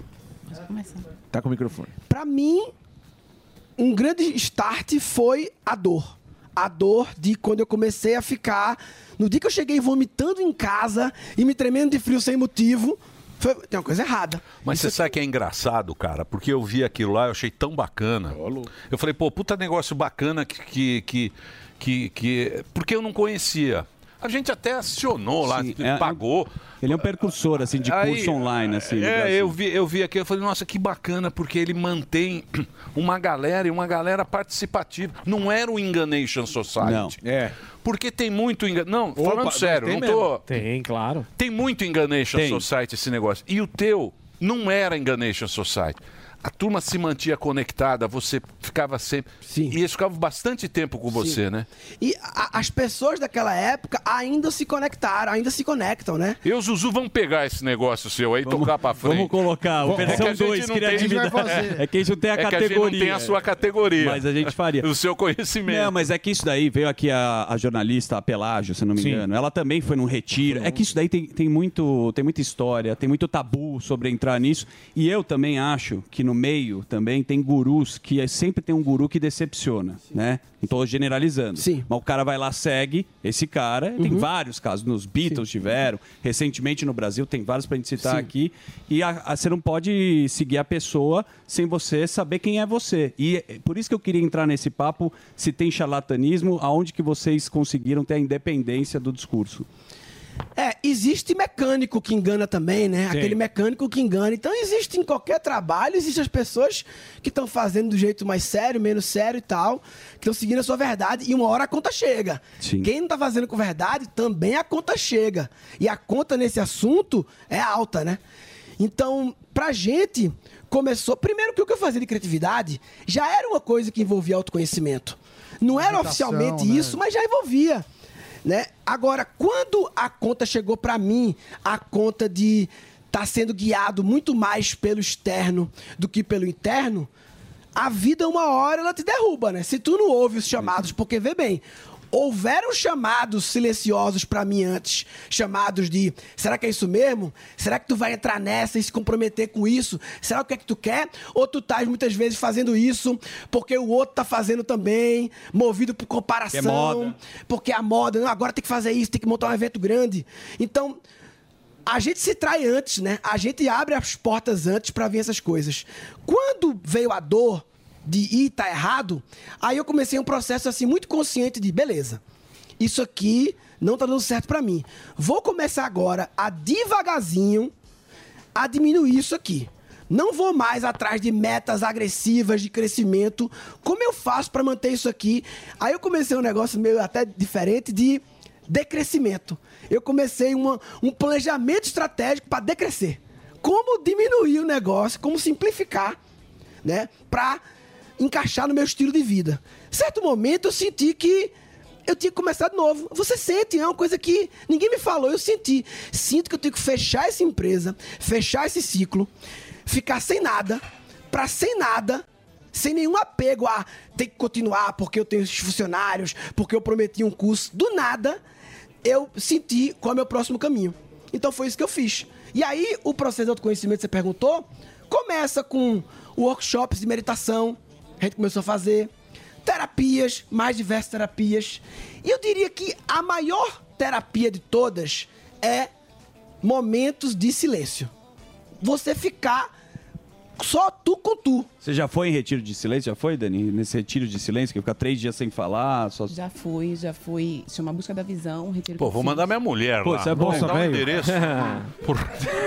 Tá com o microfone. Pra mim, um grande start foi a dor. A dor de quando eu comecei a ficar... No dia que eu cheguei vomitando em casa e me tremendo de frio sem motivo, foi... tem uma coisa errada. Mas você sabe que é engraçado, cara, porque eu vi aquilo lá, eu achei tão bacana. Eu falei, pô, puta negócio bacana que... que, que, que, que... Porque eu não conhecia. A gente até acionou lá, Sim, é- pagou. Ele é um percursor, assim, de Aí, curso online, assim. no É, Brasil. eu vi, eu vi aqui, eu falei, nossa, que bacana, porque ele mantém uma galera e uma galera participativa. Não era o Enganation Society. Não. É. Porque tem muito engan... Não, Opa, falando mas sério, tem não tô. mesmo. Tem, claro. Tem muito Enganation Tem. Society esse negócio. E o teu não era Enganation Society. A turma se mantinha conectada, você ficava sempre. Sim. E eles ficavam bastante tempo com você, né? E a- as pessoas daquela época ainda se conectaram, ainda se conectam, né? Eu, Zuzu, vamos pegar esse negócio seu aí e tocar pra frente. Vamos colocar o É que a versão gente dois, não tem- criatividade. É que a gente não tem a É que categoria. a gente não tem a sua categoria. Mas a gente faria. O seu conhecimento. Não, mas é que isso daí, veio aqui a, a jornalista, a Pelágio, se não me Sim. engano. Ela também foi num retiro. É que isso daí tem, tem, muito, tem muita história, tem muito tabu sobre entrar nisso. E eu também acho que no meio também tem gurus, que é, sempre tem um guru que decepciona, né? Não estou generalizando. Sim. Mas o cara vai lá, segue esse cara. Tem Uhum. vários casos. Nos Beatles tiveram. Recentemente no Brasil tem vários pra gente citar Sim. aqui. E a- a- você não pode seguir a pessoa sem você saber quem é você. E é por isso que eu queria entrar nesse papo, se tem charlatanismo, aonde que vocês conseguiram ter a independência do discurso. É, existe mecânico que engana também, né? Sim. Aquele mecânico que engana. Então, existe em qualquer trabalho, existem as pessoas que estão fazendo do jeito mais sério, menos sério e tal, que estão seguindo a sua verdade e uma hora a conta chega. Sim. Quem não tá fazendo com verdade, também a conta chega. E a conta nesse assunto é alta, né? Então, pra gente, começou... Primeiro que o que eu fazia de criatividade já era uma coisa que envolvia autoconhecimento. Não era Meditação, oficialmente né? isso, mas já envolvia. Né? Agora, quando a conta chegou para mim, a conta de estar tá sendo guiado muito mais pelo externo do que pelo interno, a vida uma hora ela te derruba, né? Se tu não ouve os chamados, porque vê bem, houveram chamados silenciosos para mim antes, chamados de, será que é isso mesmo? Será que tu vai entrar nessa e se comprometer com isso? Será o que é que tu quer? Ou tu estás muitas vezes fazendo isso porque o outro tá fazendo também, movido por comparação, Que é moda. porque a moda, não, agora tem que fazer isso, tem que montar um evento grande. Então, a gente se trai antes, né? A gente abre as portas antes para ver essas coisas. Quando veio a dor de ir tá errado, aí eu comecei um processo assim muito consciente de, beleza, isso aqui não tá dando certo para mim. Vou começar agora a devagarzinho a diminuir isso aqui. Não vou mais atrás de metas agressivas de crescimento. Como eu faço para manter isso aqui? Aí eu comecei um negócio meio até diferente de decrescimento. Eu comecei uma, um planejamento estratégico para decrescer. Como diminuir o negócio, como simplificar, né? Para encaixar no meu estilo de vida. Certo momento eu senti que eu tinha que começar de novo. Você sente, é uma coisa que ninguém me falou, eu senti. Sinto que eu tenho que fechar essa empresa, fechar esse ciclo, ficar sem nada, para sem nada, sem nenhum apego a ter que continuar porque eu tenho esses funcionários, porque eu prometi um curso. Do nada, eu senti qual é o meu próximo caminho. Então foi isso que eu fiz. E aí, o processo de autoconhecimento que você perguntou, começa com workshops de meditação, a gente começou a fazer terapias, mais diversas terapias. E eu diria que a maior terapia de todas é momentos de silêncio. Você ficar só tu com tu. Você já foi em retiro de silêncio? Já foi, Dani? Nesse retiro de silêncio, que fica três dias sem falar? Só... Já fui, já fui. Chama Busca da Visão, um retiro Pô, que eu vou fiz. mandar minha mulher Pô, lá. isso é bom. Vou dar um velho. endereço. Por...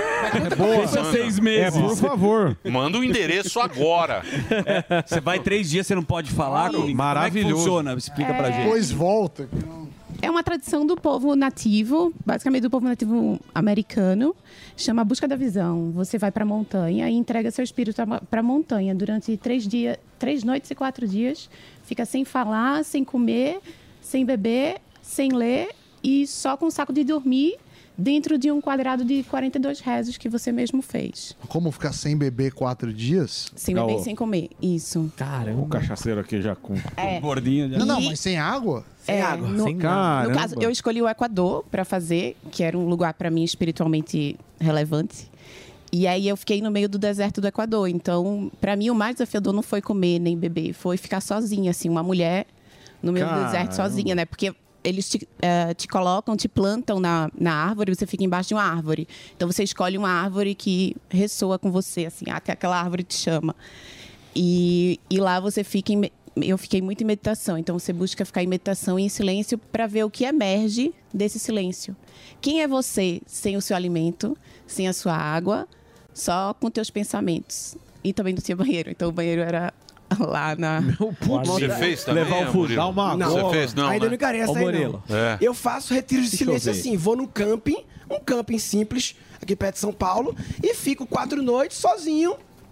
É boa. Deixa seis meses. É, por favor. Manda o endereço agora. É, você vai três dias, você não pode falar com ninguém. Maravilhoso. Como é que funciona? Explica pra É. gente. Depois volta. É uma tradição do povo nativo, basicamente do povo nativo americano, chama Busca da Visão. Você vai para a montanha e entrega seu espírito para a montanha durante três dias, três noites e quatro dias. Fica sem falar, sem comer, sem beber, sem ler e só com um saco de dormir dentro de um quadrado de quarenta e dois rezos que você mesmo fez. Como ficar sem beber quatro dias? Sem beber e sem comer, isso. O cachaceiro aqui já com É. gordinho. Não, não, E- mas sem água? É, água. no, Sem no caramba. caso, eu escolhi o Equador para fazer, que era um lugar para mim espiritualmente relevante. E aí eu fiquei no meio do deserto do Equador. Então, para mim o mais desafiador não foi comer nem beber, foi ficar sozinha, assim, uma mulher no meio Caramba. do deserto sozinha, né? Porque eles te, eh, te colocam, te plantam na, na árvore, você fica embaixo de uma árvore. Então você escolhe uma árvore que ressoa com você, assim, até aquela árvore te chama. E, e lá você fica em, eu fiquei muito em meditação. Então, você busca ficar em meditação e em silêncio para ver o que emerge desse silêncio. Quem é você sem o seu alimento, sem a sua água, só com teus pensamentos? E também não tinha banheiro. Então, o banheiro era lá na... Meu putz, você fez também, Levar um fuso, dá uma não, Você fez, não, ainda né? não encarei essa aí, não. É. Eu faço retiros de Deixa eu silêncio ver. assim, vou num camping, um camping simples, aqui perto de São Paulo, e fico quatro noites sozinho,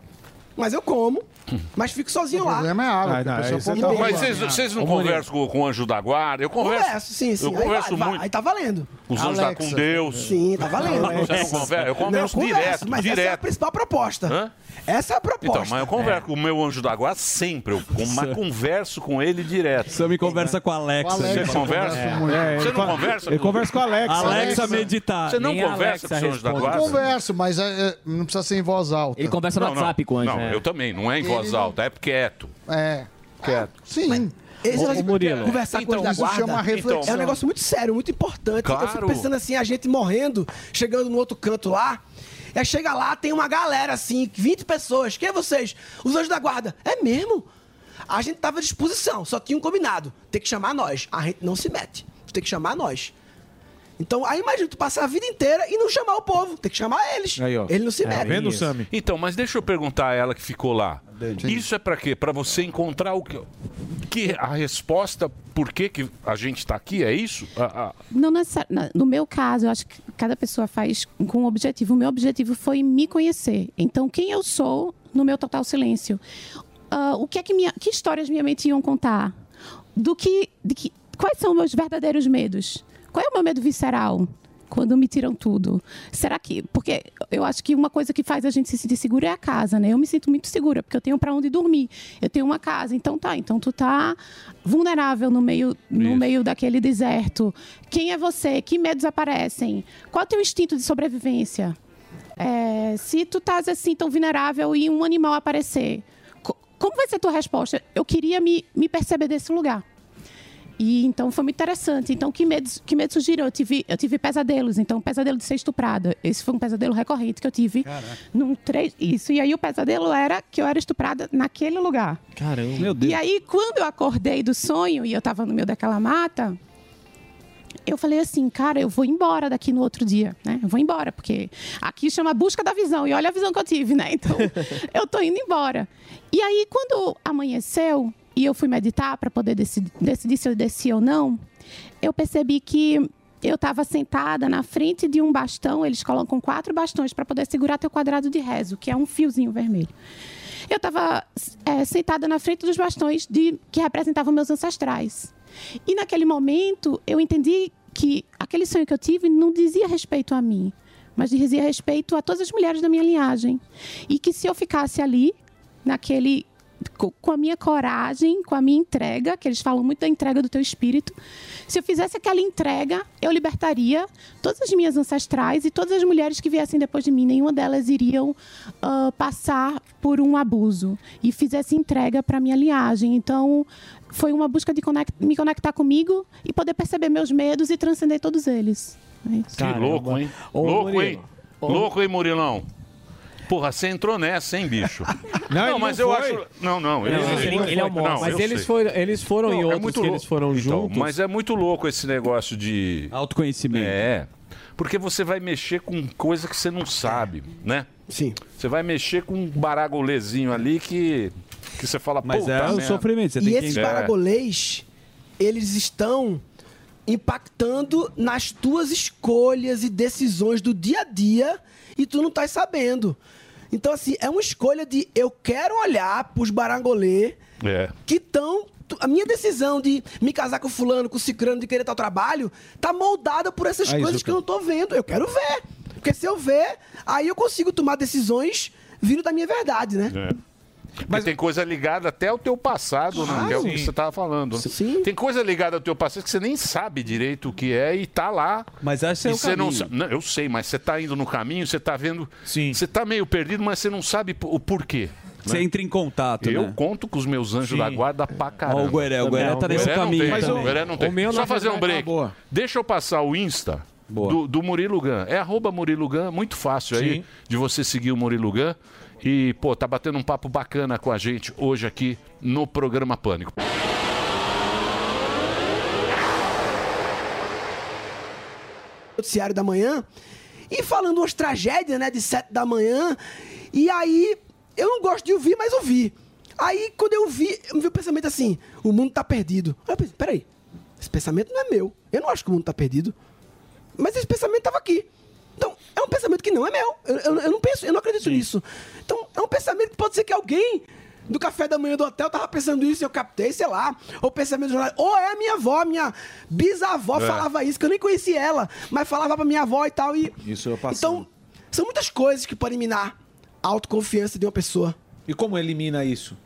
mas eu como, mas fico sozinho lá. O problema é água. Ah, que a não, pessoa isso põe tá- água. Mas vocês, vocês não Ô, Murilo. conversam com, com o anjo da guarda? Eu converso. Converso, sim, sim. Eu Aí converso vai, vai, muito. Aí tá valendo. Os anjos da com Deus. Sim, tá valendo. Você não conversa? Eu converso Não, direto, mas direto. essa é a principal proposta. Hã? Essa é a proposta. Então, mas eu converso com o meu anjo da guarda sempre. Eu com- mas converso com ele direto. Você me conversa com a Alexa. Você conversa? É. Você não conversa? Ele conversa com a Alexa. Alexa meditar. Você não Nem a conversa com Alexa o seu anjo da responde. guarda? Eu converso, mas é- é- não precisa ser em voz alta. Ele conversa no Não, não. WhatsApp com o anjo. Não, eu também. Não é em voz Ele não- alta, é quieto. É. Quieto. Sim. Esse Ô, negócio de Murilo. conversar Então, com os da isso guarda chama reflexão. é um negócio muito sério, muito importante. Eu fico Claro. pensando assim, a gente morrendo, chegando no outro canto lá, e aí chega lá, tem uma galera assim, vinte pessoas. Quem é vocês? Os anjos da guarda. É mesmo? A gente tava à disposição, só tinha um combinado. Tem que chamar nós. A gente não se mete. Tem que chamar nós. Então, aí imagina, tu passar a vida inteira e não chamar o povo. Tem que chamar eles. Aí, ó. Ele não se É, mete. vendo, Sami? Então, mas deixa eu perguntar a ela que ficou lá. Isso é pra quê? Pra você encontrar o que, que a resposta por que, que a gente tá aqui, é isso? A- a- Não necessari- na- No meu caso, eu acho que cada pessoa faz com um objetivo. O meu objetivo foi me conhecer. Então, quem eu sou no meu total silêncio? Ah, o que é que minha, que histórias minha mente iam contar? Do que, de que, quais são meus verdadeiros medos? Qual é o meu medo visceral? Quando me tiram tudo. Será que... Porque eu acho que uma coisa que faz a gente se sentir segura é a casa, né? Eu me sinto muito segura, porque eu tenho para onde dormir. Eu tenho uma casa. Então tá. Então tu tá vulnerável no meio, no meio daquele deserto. Quem é você? Que medos aparecem? Qual é o teu instinto de sobrevivência? É, se tu estás assim tão vulnerável e um animal aparecer, co- como vai ser a tua resposta? Eu queria me, me perceber desse lugar. E então foi muito interessante. Então, que medo, que medo surgiram? Eu tive, eu tive pesadelos. Então, o pesadelo de ser estuprada. Esse foi um pesadelo recorrente que eu tive. Num tre... Isso. E aí, o pesadelo era que eu era estuprada naquele lugar. Caramba. Meu E aí, quando eu acordei do sonho e eu estava no meio daquela mata, eu falei assim, cara, eu vou embora daqui no outro dia, né? Eu vou embora, porque aqui chama busca da visão. E olha a visão que eu tive, né? Então, eu tô indo embora. E aí, quando amanheceu e eu fui meditar para poder decidir, decidir se eu descia ou não, eu percebi que eu estava sentada na frente de um bastão. Eles colocam quatro bastões para poder segurar teu quadrado de rezo, que é um fiozinho vermelho. Eu estava é, sentada na frente dos bastões de, que representavam meus ancestrais. E naquele momento eu entendi que aquele sonho que eu tive não dizia respeito a mim, mas dizia respeito a todas as mulheres da minha linhagem. E que se eu ficasse ali, naquele, co- com a minha coragem, com a minha entrega, que eles falam muito da entrega do teu espírito, se eu fizesse aquela entrega, eu libertaria todas as minhas ancestrais e todas as mulheres que viessem depois de mim. Nenhuma delas iriam ah, passar por um abuso. E fizesse entrega para a minha linhagem. Então, foi uma busca de conect- me conectar comigo e poder perceber meus medos e transcender todos eles. É isso. Que louco, hein? Ô, louco, Murilo. hein? Louco, hein, Murilão? Porra, você entrou nessa, hein, bicho? Não, ele mas não eu foi. acho. Não, não. Não, ele- ele é um monstro. Mas eu eles sei. foram- eles foram em é outros muito que lou- eles foram Então, juntos. Mas é muito louco esse negócio de. Autoconhecimento. É. Porque você vai mexer com coisa que você não sabe, né? Sim. Você vai mexer com um baragolezinho ali que. Que você fala, Mas puta é o merda. sofrimento, você E tem esses que... paragolês, eles estão impactando nas tuas escolhas e decisões do dia a dia e tu não estás sabendo. Então, assim, é uma escolha de eu quero olhar pros barangolê É. que estão... A minha decisão de me casar com fulano, com cicrano, de querer tal trabalho, tá moldada por essas Aí, coisas Zucca. que eu não tô vendo. Eu quero ver. Porque se eu ver, aí eu consigo tomar decisões vindo da minha verdade, né? É. Mas tem coisa ligada até ao teu passado, né? Ah, Que é o sim. que você estava falando. Sim. Tem coisa ligada ao teu passado que você nem sabe direito o que é e tá lá. Mas esse é E o você não caminho. sa- não, eu sei, mas você tá indo no caminho, você tá vendo. Sim. Você tá meio perdido, mas você não sabe p- o porquê. Você entra em contato, Eu né? conto com os meus anjos Sim. da guarda pra caramba. Ó, o Gueré, o Gueré tá nesse Gueré não caminho tem, também. o Gueré não tem. O meu, Só na fazer um verdade, break. tá boa. Deixa eu passar o Insta do, do Murilo Gun. É arroba Murilo Gun, muito fácil aí Sim. de você seguir o Murilo Gun. E, pô, tá batendo um papo bacana com a gente hoje aqui no programa Pânico. Noticiário da manhã e falando umas tragédias, né, de sete da manhã. E aí, eu não gosto de ouvir, mas ouvi. Aí, quando eu vi, eu me vi o pensamento assim, o mundo tá perdido. Aí eu pensei, peraí, esse pensamento não é meu. Eu não acho que o mundo tá perdido. Mas esse pensamento tava aqui. Então, é um pensamento que não é meu. Eu, eu, eu não penso, eu não acredito Sim. nisso. Então, é um pensamento que pode ser que alguém do café da manhã do hotel tava pensando isso e eu captei, sei lá. Ou pensamento do jornal. Ou é a minha avó, minha bisavó é. falava isso, que eu nem conhecia ela, mas falava pra minha avó e tal. E... Isso eu passei. Então, são muitas coisas que podem minar a autoconfiança de uma pessoa. E como elimina isso?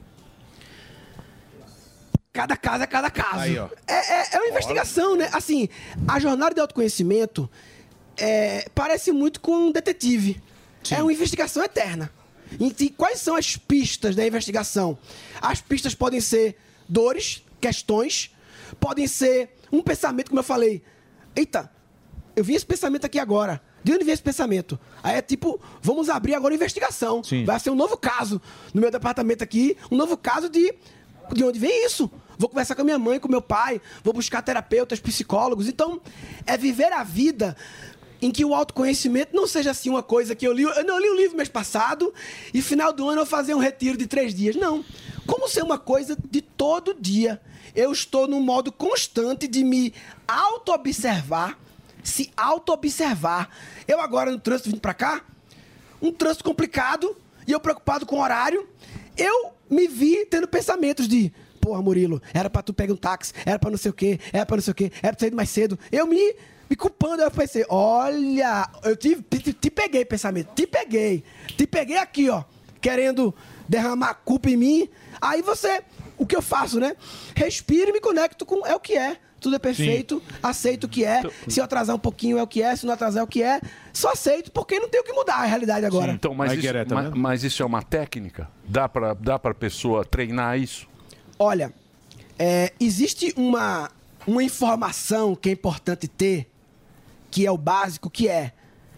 Cada caso é cada caso. Aí, ó. É, é, é uma investigação, né? Assim, a jornada de autoconhecimento é, parece muito com um detetive. Sim. É uma investigação eterna. E quais são as pistas da investigação? As pistas podem ser dores, questões, podem ser um pensamento, como eu falei. Eita, eu vi esse pensamento aqui agora. De onde vem esse pensamento? Aí é tipo, vamos abrir agora a investigação. Sim. Vai ser um novo caso no meu departamento aqui, um novo caso de, de onde vem isso. Vou conversar com a minha mãe, com meu pai, vou buscar terapeutas, psicólogos. Então, é viver a vida em que o autoconhecimento não seja assim uma coisa que eu li... Eu não li o livro mês passado e final do ano eu fazer um retiro de três dias. Não. Como ser uma coisa de todo dia. Eu estou num modo constante de me auto-observar, se auto-observar. Eu agora no trânsito vindo pra cá, um trânsito complicado e eu preocupado com o horário, eu me vi tendo pensamentos de... Porra, Murilo, era pra tu pegar um táxi, era pra não sei o quê, era pra não sei o quê, era pra sair mais cedo. Eu me... Me culpando, eu pensei, olha, eu te, te, te peguei, pensamento, te peguei, te peguei aqui, ó, querendo derramar culpa em mim. Aí você, o que eu faço, né? Respiro e me conecto com é o que é. Tudo é perfeito, Sim. aceito o que é. Se eu atrasar um pouquinho é o que é, se não atrasar é o que é. Só aceito porque não tem o que mudar a realidade agora. Sim, então, mas, isso, mas, mas isso é uma técnica? Dá pra, dá pra pessoa treinar isso? Olha, é, existe uma, uma informação que é importante ter, que é o básico, que é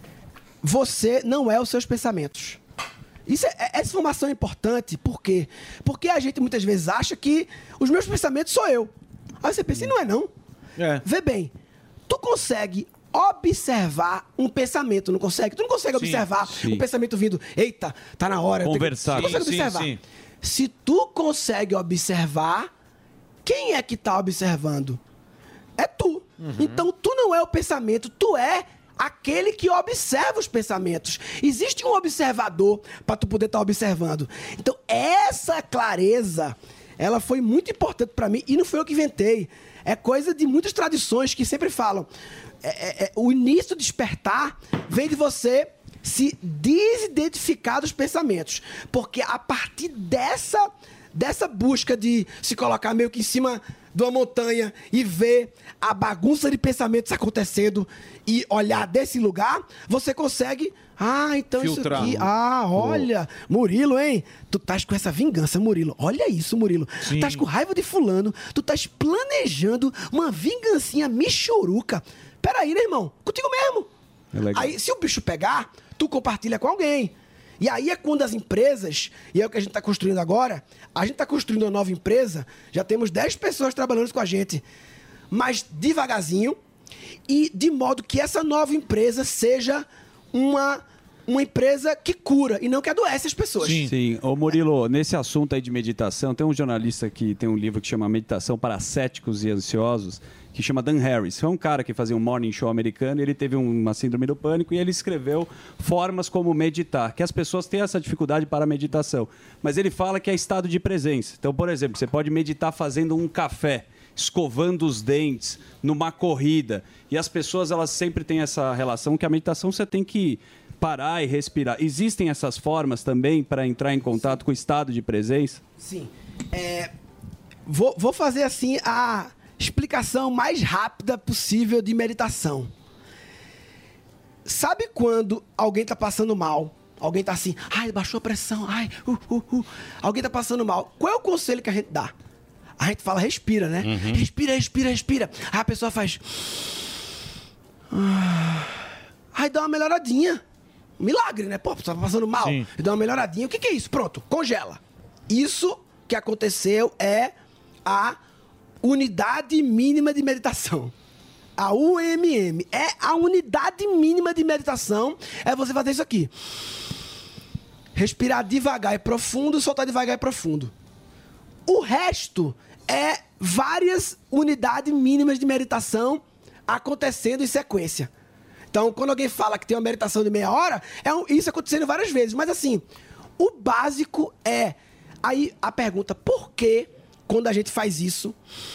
você não é os seus pensamentos. Isso é, essa informação é importante, por quê? Porque a gente muitas vezes acha que os meus pensamentos sou eu. Aí você pensa, e não é não. É. Vê bem, tu consegue observar um pensamento, não consegue? Tu não consegue sim, observar sim. um pensamento vindo, eita, tá na hora. Conversar. Tu consegue sim, observar. Sim, sim. Se tu consegue observar, quem é que tá observando? É tu. Uhum. Então, tu não é o pensamento, tu é aquele que observa os pensamentos. Existe um observador para tu poder estar tá observando. Então, essa clareza, ela foi muito importante para mim e não foi eu que inventei. É coisa de muitas tradições que sempre falam. É, é, é, o início do despertar vem de você se desidentificar dos pensamentos. Porque a partir dessa, dessa busca de se colocar meio que em cima de uma montanha e ver a bagunça de pensamentos acontecendo e olhar desse lugar, você consegue... Ah, então Filtrar. Isso aqui... Ah, olha, Murilo, hein? Tu estás com essa vingança, Murilo. Olha isso, Murilo. Sim. Tu estás com raiva de fulano, tu estás planejando uma vingancinha michuruca. Peraí, né, irmão? Contigo mesmo. É legal. Aí, se o bicho pegar, tu compartilha com alguém. E aí é quando as empresas, e é o que a gente está construindo agora, a gente está construindo uma nova empresa, já temos dez pessoas trabalhando com a gente, mas devagarzinho, e de modo que essa nova empresa seja uma, uma empresa que cura e não que adoece as pessoas. Sim. Sim. Ô Murilo, nesse assunto aí de meditação, tem um jornalista que tem um livro que chama Meditação para Céticos e Ansiosos, que chama Dan Harris. Foi um cara que fazia um morning show americano e ele teve uma síndrome do pânico e ele escreveu formas como meditar, que as pessoas têm essa dificuldade para a meditação. Mas ele fala que é estado de presença. Então, por exemplo, você pode meditar fazendo um café, escovando os dentes, numa corrida. E as pessoas, elas sempre têm essa relação que a meditação você tem que parar e respirar. Existem essas formas também para entrar em contato com o estado de presença? Sim. É, vou, vou fazer assim a explicação mais rápida possível de meditação. Sabe quando alguém está passando mal? Alguém está assim, ai, baixou a pressão, ai, uh, uh, uh. Alguém está passando mal. Qual é o conselho que a gente dá? A gente fala, respira, né? Uhum. Respira, respira, respira. Aí a pessoa faz... Aí dá uma melhoradinha. milagre, né? Pô, você tá passando mal. Sim. Dá uma melhoradinha. O que, que é isso? Pronto, congela. Isso que aconteceu é a unidade mínima de meditação. A U M M. É a unidade mínima de meditação. É você fazer isso aqui. Respirar devagar e profundo, soltar devagar e profundo. O resto é várias unidades mínimas de meditação acontecendo em sequência. Então, quando alguém fala que tem uma meditação de meia hora, é um, isso acontecendo várias vezes. Mas assim, o básico é... Aí a pergunta, por que quando a gente faz isso,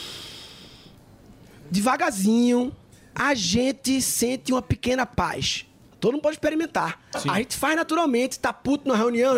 devagarzinho, a gente sente uma pequena paz? Todo mundo pode experimentar. Sim. A gente faz naturalmente, tá puto na reunião,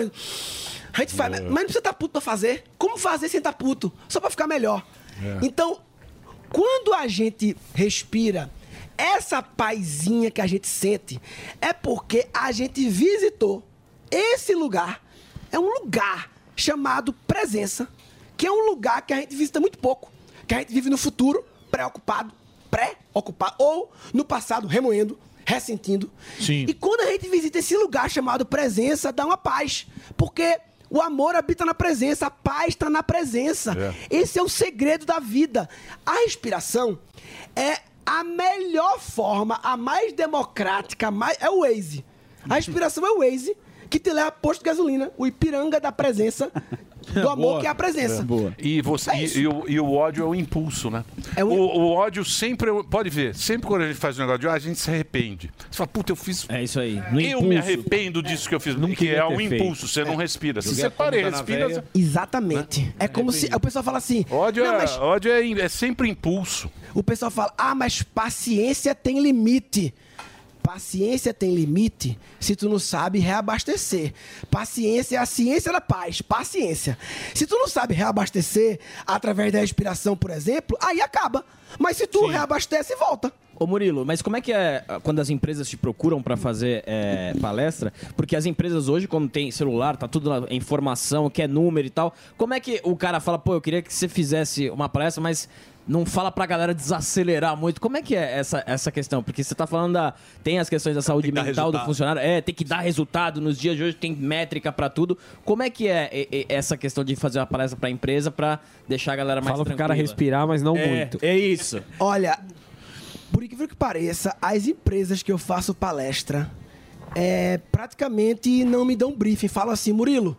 a gente faz, é. mas não precisa estar puto pra fazer. Como fazer sem estar puto? Só pra ficar melhor. É. Então, quando a gente respira, essa pazinha que a gente sente é porque a gente visitou esse lugar. É um lugar chamado presença, que é um lugar que a gente visita muito pouco, que a gente vive no futuro preocupado, pré-ocupado, ou no passado remoendo, ressentindo. Sim. E quando a gente visita esse lugar chamado presença, dá uma paz, porque o amor habita na presença, a paz está na presença. É. Esse é o segredo da vida. A respiração é a melhor forma, a mais democrática, a mais... é o Waze. A respiração é o Waze que te leva a posto de gasolina, o Ipiranga da presença, do amor Boa. que é a presença. É, boa. E, você, É e, isso. e o, e o ódio é o impulso, né? É o... O, o ódio sempre, pode ver, sempre quando a gente faz um negócio de ódio, a gente se arrepende. Você fala, puta, eu fiz... É isso aí. No eu impulso. me arrependo disso que eu fiz. Não que é um impulso, feito. você não É. respira. Se Joguei você a para e pomba na respira... veia. Exatamente. Né? É como se... O pessoal fala assim... Ódio, não, é, mas... ódio é, é sempre impulso. O pessoal fala, ah, mas paciência tem limite. Paciência tem limite se tu não sabe reabastecer. Paciência é a ciência da paz. Paciência. Se tu não sabe reabastecer através da respiração, por exemplo, aí acaba. Mas se tu Sim. reabastece, volta. Ô Murilo, mas como é que é quando as empresas te procuram para fazer é, palestra? Porque as empresas hoje, como tem celular, tá tudo na informação, quer número e tal. Como é que o cara fala, pô, eu queria que você fizesse uma palestra, mas não fala pra galera desacelerar muito. Como é que é essa, essa questão? Porque você tá falando da... Tem as questões da saúde mental do funcionário. É, tem que dar resultado. Nos dias de hoje tem métrica pra tudo. Como é que é, é, é essa questão de fazer uma palestra pra empresa pra deixar a galera mais Fala pro tranquila? cara respirar, mas não É, muito. É isso. Olha, por incrível que pareça, as empresas que eu faço palestra é, praticamente não me dão briefing. Falam assim, Murilo,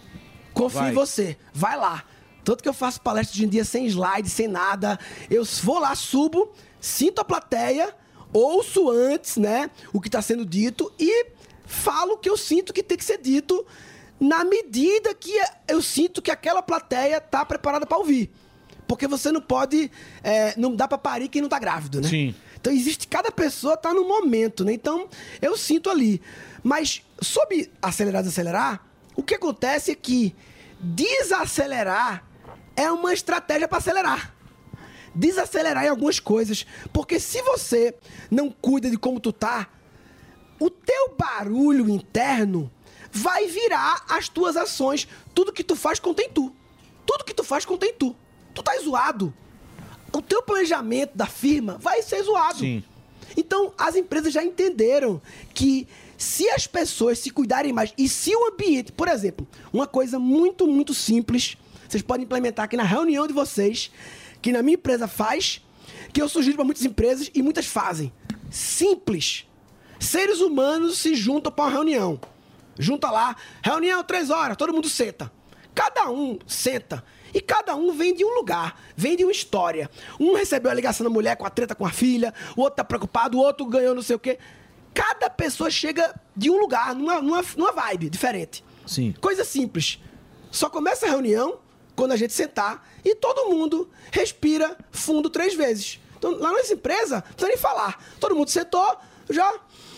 confio Vai. em você, vai lá. Tanto que eu faço palestra hoje em dia sem slide, sem nada. Eu vou lá, subo, sinto a plateia, ouço antes, né, o que está sendo dito e falo o que eu sinto que tem que ser dito na medida que eu sinto que aquela plateia está preparada para ouvir. Porque você não pode... É, não dá para parir quem não está grávido, né? Sim. Então, existe... Cada pessoa está no momento, né? Então, eu sinto ali. Mas, sobre acelerar, desacelerar, o que acontece é que desacelerar é uma estratégia para acelerar. Desacelerar em algumas coisas. Porque se você não cuida de como tu tá, o teu barulho interno vai virar as tuas ações. Tudo que tu faz contém tu. Tudo que tu faz contém tu. Tu tá zoado. O teu planejamento da firma vai ser zoado. Sim. Então, as empresas já entenderam que se as pessoas se cuidarem mais e se o ambiente... Por exemplo, uma coisa muito, muito simples, vocês podem implementar aqui na reunião de vocês, que na minha empresa faz, que eu sugiro para muitas empresas e muitas fazem. Simples. Seres humanos se juntam para uma reunião. Junta lá, reunião três horas, todo mundo senta. Cada um senta. E cada um vem de um lugar, vem de uma história. Um recebeu a ligação da mulher com a treta com a filha, o outro tá preocupado, o outro ganhou não sei o quê. Cada pessoa chega de um lugar, numa, numa, numa vibe diferente. Sim. Coisa simples. Só começa a reunião quando a gente sentar e todo mundo respira fundo três vezes. Então, lá nessa empresa, não precisa nem falar. Todo mundo sentou, já...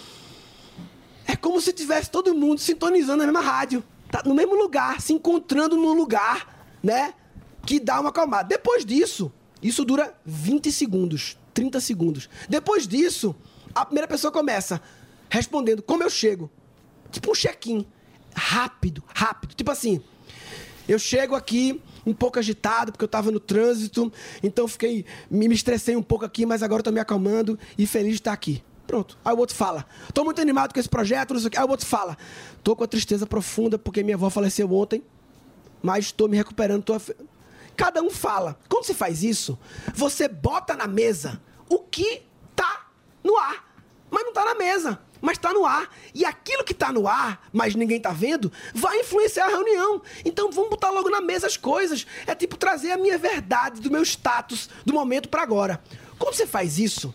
É como se tivesse todo mundo sintonizando na mesma rádio. Tá no mesmo lugar, se encontrando num lugar, né? Que dá uma acalmada. Depois disso, isso dura vinte segundos, trinta segundos. Depois disso, a primeira pessoa começa respondendo como eu chego. Tipo um check-in. Rápido, rápido. Tipo assim, eu chego aqui um pouco agitado, porque eu tava no trânsito, então fiquei, me, me estressei um pouco aqui, mas agora eu tô me acalmando e feliz de estar aqui. Pronto. Aí o outro fala, tô muito animado com esse projeto, não sei o quê. Aí o outro fala, tô com a tristeza profunda porque minha avó faleceu ontem, mas estou me recuperando. Tô... Cada um fala. Quando você faz isso, você bota na mesa o que tá no ar, mas não tá na mesa. Mas está no ar. E aquilo que está no ar, mas ninguém está vendo, vai influenciar a reunião. Então vamos botar logo na mesa as coisas. É tipo trazer a minha verdade, do meu status, do momento para agora. Quando você faz isso,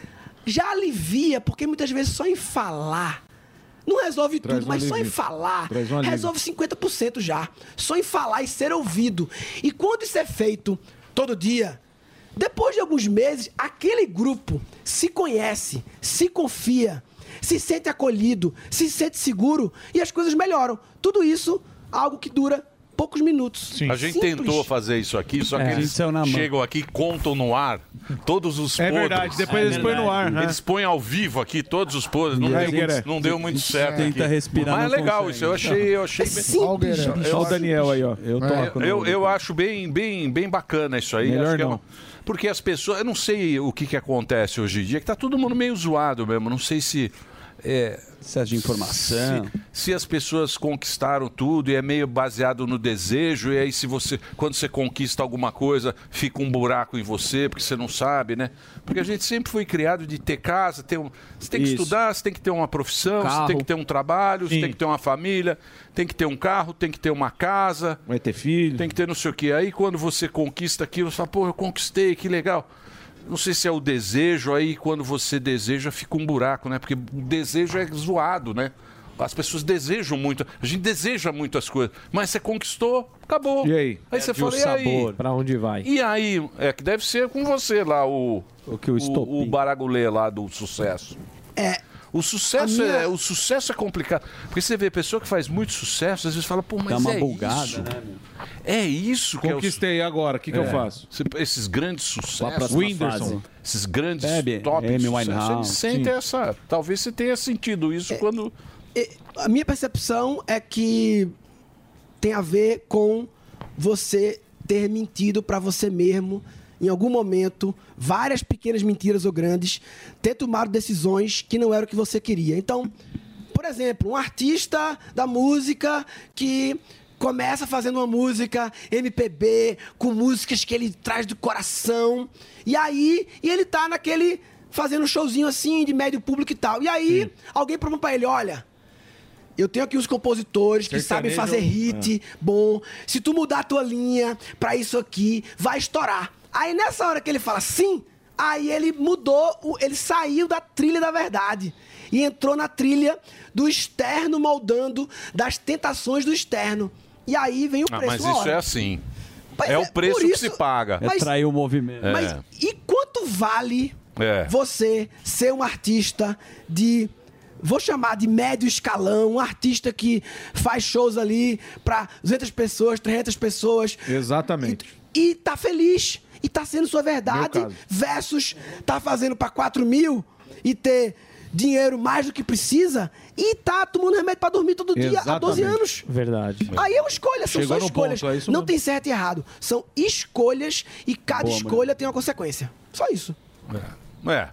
já alivia, porque muitas vezes só em falar, não resolve Traz tudo, um mas só em alívio. falar, Traz um alívio. resolve cinquenta por cento já. Só em falar e ser ouvido. E quando isso é feito todo dia, depois de alguns meses, aquele grupo se conhece, se confia, se sente acolhido, se sente seguro e as coisas melhoram. Tudo isso, algo que dura poucos minutos. A gente Simples. tentou fazer isso aqui, só que É. eles Saiu na mão. chegam aqui, contam no ar todos os É podres. verdade, depois eles põem no ar, né? Eles põem ao vivo aqui todos os podres. Não, E aí, deu, Gueré? não deu muito certo Tenta aqui. respirar, Mas é não legal consegue. isso, eu achei, eu achei É bem... simples, Eu- bicho. eu Olha o acho- Daniel aí, ó. Eu, toco no- eu, eu acho bem, bem, bem bacana isso aí. Melhor Acho que é não. uma- Porque as pessoas... Eu não sei o que, que acontece hoje em dia, que tá todo mundo meio zoado mesmo. Não sei se... É, excesso de informação. Se, se as pessoas conquistaram tudo e é meio baseado no desejo, e aí se você, quando você conquista alguma coisa, fica um buraco em você, porque você não sabe, né? Porque a gente sempre foi criado de ter casa, ter um, você tem que Isso. estudar, você tem que ter uma profissão, Carro. você tem que ter um trabalho, você Sim. tem que ter uma família, tem que ter um carro, tem que ter uma casa. Vai ter filho. Tem que ter não sei o quê. Aí quando você conquista aquilo, você fala, pô, eu conquistei, que legal. Não sei se é o desejo, aí quando você deseja fica um buraco, né? Porque o desejo é zoado, né? As pessoas desejam muito, a gente deseja muitas coisas, mas você conquistou, acabou. E aí? Aí você Perde o fala, e aí? sabor, pra onde vai? E aí? É que deve ser com você lá, o, o, que o, o, o baragulê lá do sucesso. É. O sucesso, A minha- é, o sucesso é complicado. Porque você vê pessoa que faz muito sucesso, às vezes fala, pô, mas Dá uma é bugada, isso. né, meu? É isso que Conquistei é o... agora, o que, que eu faço? Você- Esses grandes Pra sucessos, próxima Whindersson. fase. esses grandes Bebe, top Amy sucessos, Winehouse, eles sentem sim. essa... Talvez você tenha sentido isso quando... A minha percepção é que tem a ver com você ter mentido para você mesmo em algum momento, várias pequenas mentiras ou grandes, ter tomado decisões que não eram o que você queria. Então, por exemplo, um artista da música que começa fazendo uma música M P B, com músicas que ele traz do coração, e aí e ele tá naquele fazendo um showzinho assim, de médio público e tal. E aí, alguém propõe pra ele, olha, eu tenho aqui os compositores que sabem fazer hit bom. Se tu mudar a tua linha pra isso aqui, vai estourar. Aí nessa hora que ele fala sim, aí ele mudou, o- ele saiu da trilha da verdade e entrou na trilha do externo moldando, das tentações do externo. E aí vem o Ah, preço. mas uma isso hora. é assim. Mas é é o preço por que isso- se paga. É Mas- trair o movimento. É. Mas e quanto vale É. você ser um artista de, vou chamar de médio escalão, um artista que faz shows ali para duzentas pessoas, trezentas pessoas Exatamente. e, e tá feliz e tá sendo sua verdade Meu caso. versus tá fazendo para quatro mil e ter dinheiro mais do que precisa e tá tomando remédio para dormir todo dia há doze Exatamente. anos. Verdade. Aí é uma escolha, são Chegou só no escolhas. ponto, é isso Não mesmo. tem certo e errado. São escolhas e cada Boa, escolha tem uma consequência. Só isso. É.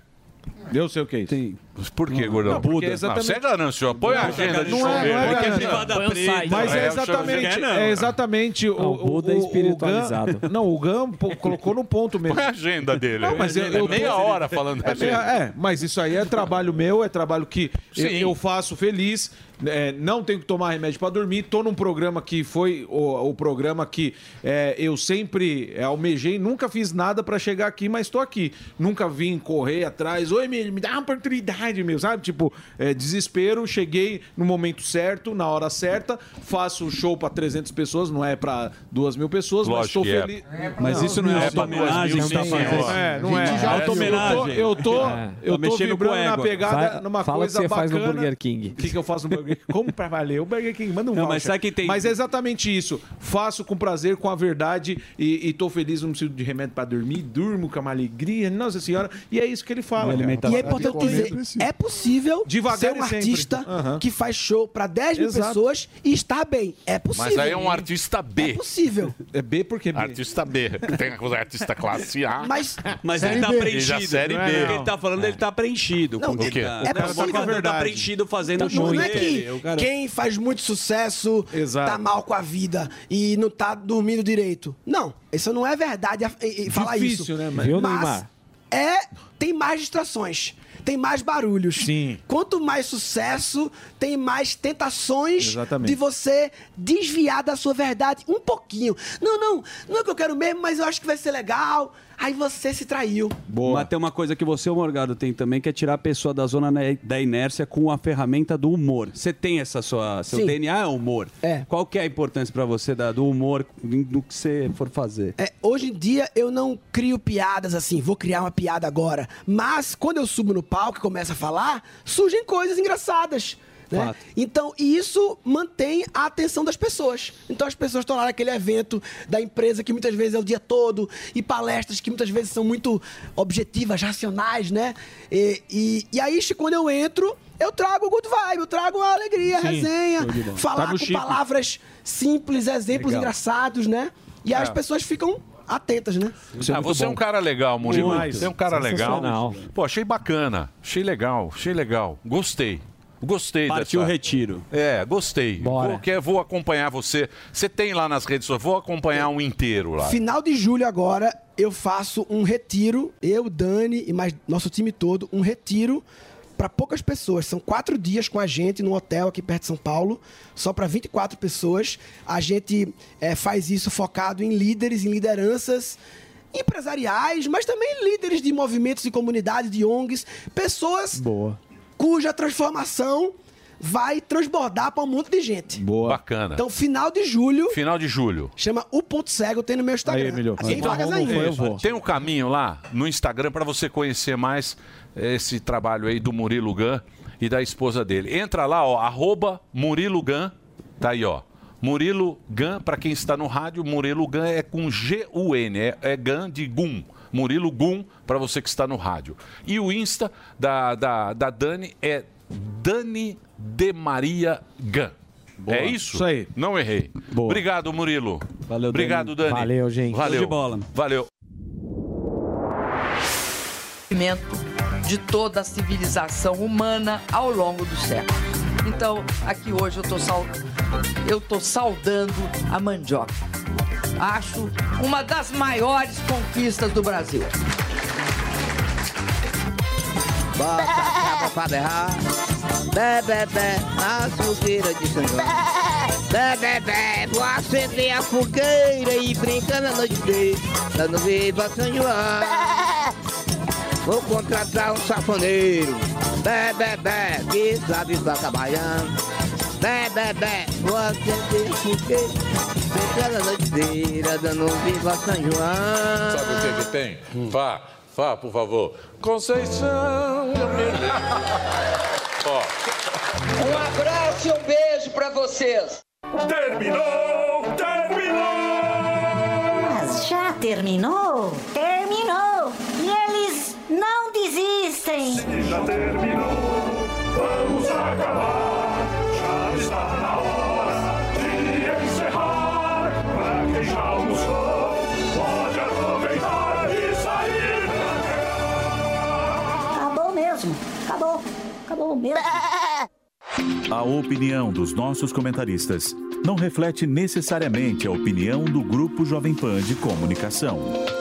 Eu sei o que é isso. Por que, gordão? Não, porque Buda. exatamente- Não, você é ganancioso. Põe a agenda de Não show é, dele. não é Põe a ganância. privada Põe um preta. site. Mas é É, exatamente, eu chamo de- é exatamente o, Não, o Buda é o- o espiritualizado. Gam- não, o Gam pô, colocou no ponto mesmo. Põe a agenda dele. Não, mas eu, É eu meia tô- hora falando da é, meia- agenda. é, mas isso aí é trabalho meu, é trabalho que eu, Sim. eu faço feliz. É, não tenho que tomar remédio para dormir. Tô num programa que foi o, o programa que é, eu sempre é, almejei. Nunca fiz nada para chegar aqui, mas tô aqui. Nunca vim correr atrás. Oi, me, me dá uma oportunidade, meu, sabe? Tipo, é, desespero. Cheguei no momento certo, na hora certa. Faço o show para trezentas pessoas, não é para duas mil pessoas, Lógico mas que tô é. feliz. Mas isso não é É pra duas homenagem mil, que tá sim, fazendo. ó. É, não é. Gente, já Eu tô- auto-homenagem. Eu tô, É. eu Tá tô mexendo vibrando com o na ego. pegada, Vai- numa fala o que coisa você faz no bacana. Burger King. O que, que eu faço no Burger King? Como pra valer? O Burger King manda um Não, voucher. mas sabe que tem- Mas é exatamente isso. Faço com prazer, com a verdade e, e tô feliz, não preciso de remédio pra dormir, durmo com uma alegria, nossa senhora. E é isso que ele fala. E cara. alimentação. E é importante dizer, É possível Devagar ser um e sempre. artista Aham. que faz show pra dez mil Exato. pessoas e estar bem. É possível. Mas aí é um artista B. É possível. É B porque B. Artista B. Tem a coisa artista classe A. Mas, Mas Série ele tá B. preenchido. Já série não B. é, ele tá falando, ele tá preenchido. Não, com o quê? tá- É o cara possível. tá falando, tá verdade. preenchido fazendo Não, show não é que dele. O cara- quem faz muito sucesso Exato. tá mal com a vida e não tá dormindo direito. Não, isso não é verdade a- e- e falar Difícil, isso. né, mas- Viu, Mas Neymar? é, tem mais distrações, tem mais barulhos. Sim. Quanto mais sucesso, tem mais tentações Exatamente. de você desviar da sua verdade um pouquinho. Não, não, não é o que eu quero mesmo, mas eu acho que vai ser legal. Aí você se traiu. Mas tem uma coisa que você, o Morgado, tem também, que é tirar a pessoa da zona ne- da inércia com a ferramenta do humor. Você tem essa sua... Seu Sim. D N A é humor. É. Qual que é a importância pra você da, do humor no que você for fazer? É, hoje em dia eu não crio piadas assim, vou criar uma piada agora. Mas quando eu subo no palco e começo a falar, surgem coisas engraçadas. Né? Fato. Então, e isso mantém a atenção das pessoas. Então as pessoas estão lá naquele evento da empresa que muitas vezes é o dia todo, e palestras que muitas vezes são muito objetivas, racionais, né? E, e, e aí, quando eu entro, eu trago o good vibe, eu trago a alegria, a Sim, resenha, show de bola. falar Trago com Chico. palavras simples, exemplos Legal. engraçados, né? E aí É. as pessoas ficam atentas, né? Ah, você é um cara legal, Murilo. Demais. Você é um cara legal. Sensacional. Pô, achei bacana. Achei legal. Achei legal. Gostei. Gostei Partiu o dessa... retiro. É, gostei. Bora. Vou, quer, vou acompanhar você. Você tem lá nas redes sociais. Vou acompanhar um inteiro lá. Final de julho agora, eu faço um retiro, eu, Dani e mais nosso time todo, um retiro para poucas pessoas. São quatro dias com a gente num hotel aqui perto de São Paulo, só para vinte e quatro pessoas. A gente eh, faz isso focado em líderes, em lideranças empresariais, mas também líderes de movimentos e comunidades, de O N Gs, pessoas Boa. cuja transformação vai transbordar para um monte de gente. Boa. Bacana. Então, final de julho, Final de julho. chama O Ponto Cego, tem no meu Instagram. Aí, Emílio. Tem vagas ainda. eu vou. Tem um caminho lá no Instagram para você conhecer mais esse trabalho aí do Murilo Gun e da esposa dele. Entra lá, ó, arroba Murilo Gun, tá aí, ó. Murilo Gun, para quem está no rádio, Murilo Gun é com G U N, é, é Gun de Gum. Murilo Gum, para você que está no rádio. E o Insta da, da, da Dani é Dani de Maria Gun. É isso? Isso aí. Não errei. Boa. Obrigado, Murilo. Valeu, Obrigado, Dani. Valeu, gente. Valeu. Show de bola. Valeu. De toda a civilização humana ao longo dos séculos. Então, aqui hoje eu tô, sal... eu tô saudando a mandioca. Acho uma das maiores conquistas do Brasil. Bota a capa pra berrar, bé, bé, bé, na sujeira de São João. Bé, bé, bé, vou acender a fogueira e brincar na noite inteira, dando viva São João. Vou contratar um safoneiro, bé, bé, bé, que sabe tocar baiano. Bé, bé, bé, vou acender a fogueira, brincar na noite inteira, dando viva São João. Sabe o que que tem? Vá, vá, por favor. Conceição, eu me lembro. Ó. Um abraço e um beijo pra vocês. Terminou! Terminou! Mas já terminou? Terminou! E eles não desistem! Se já terminou, vamos acabar. Já está na hora de encerrar. Pra quem já almoçou, pode aproveitar e sair pra cá. Acabou mesmo! Acabou! Acabou mesmo! A opinião dos nossos comentaristas não reflete necessariamente a opinião do Grupo Jovem Pan de Comunicação.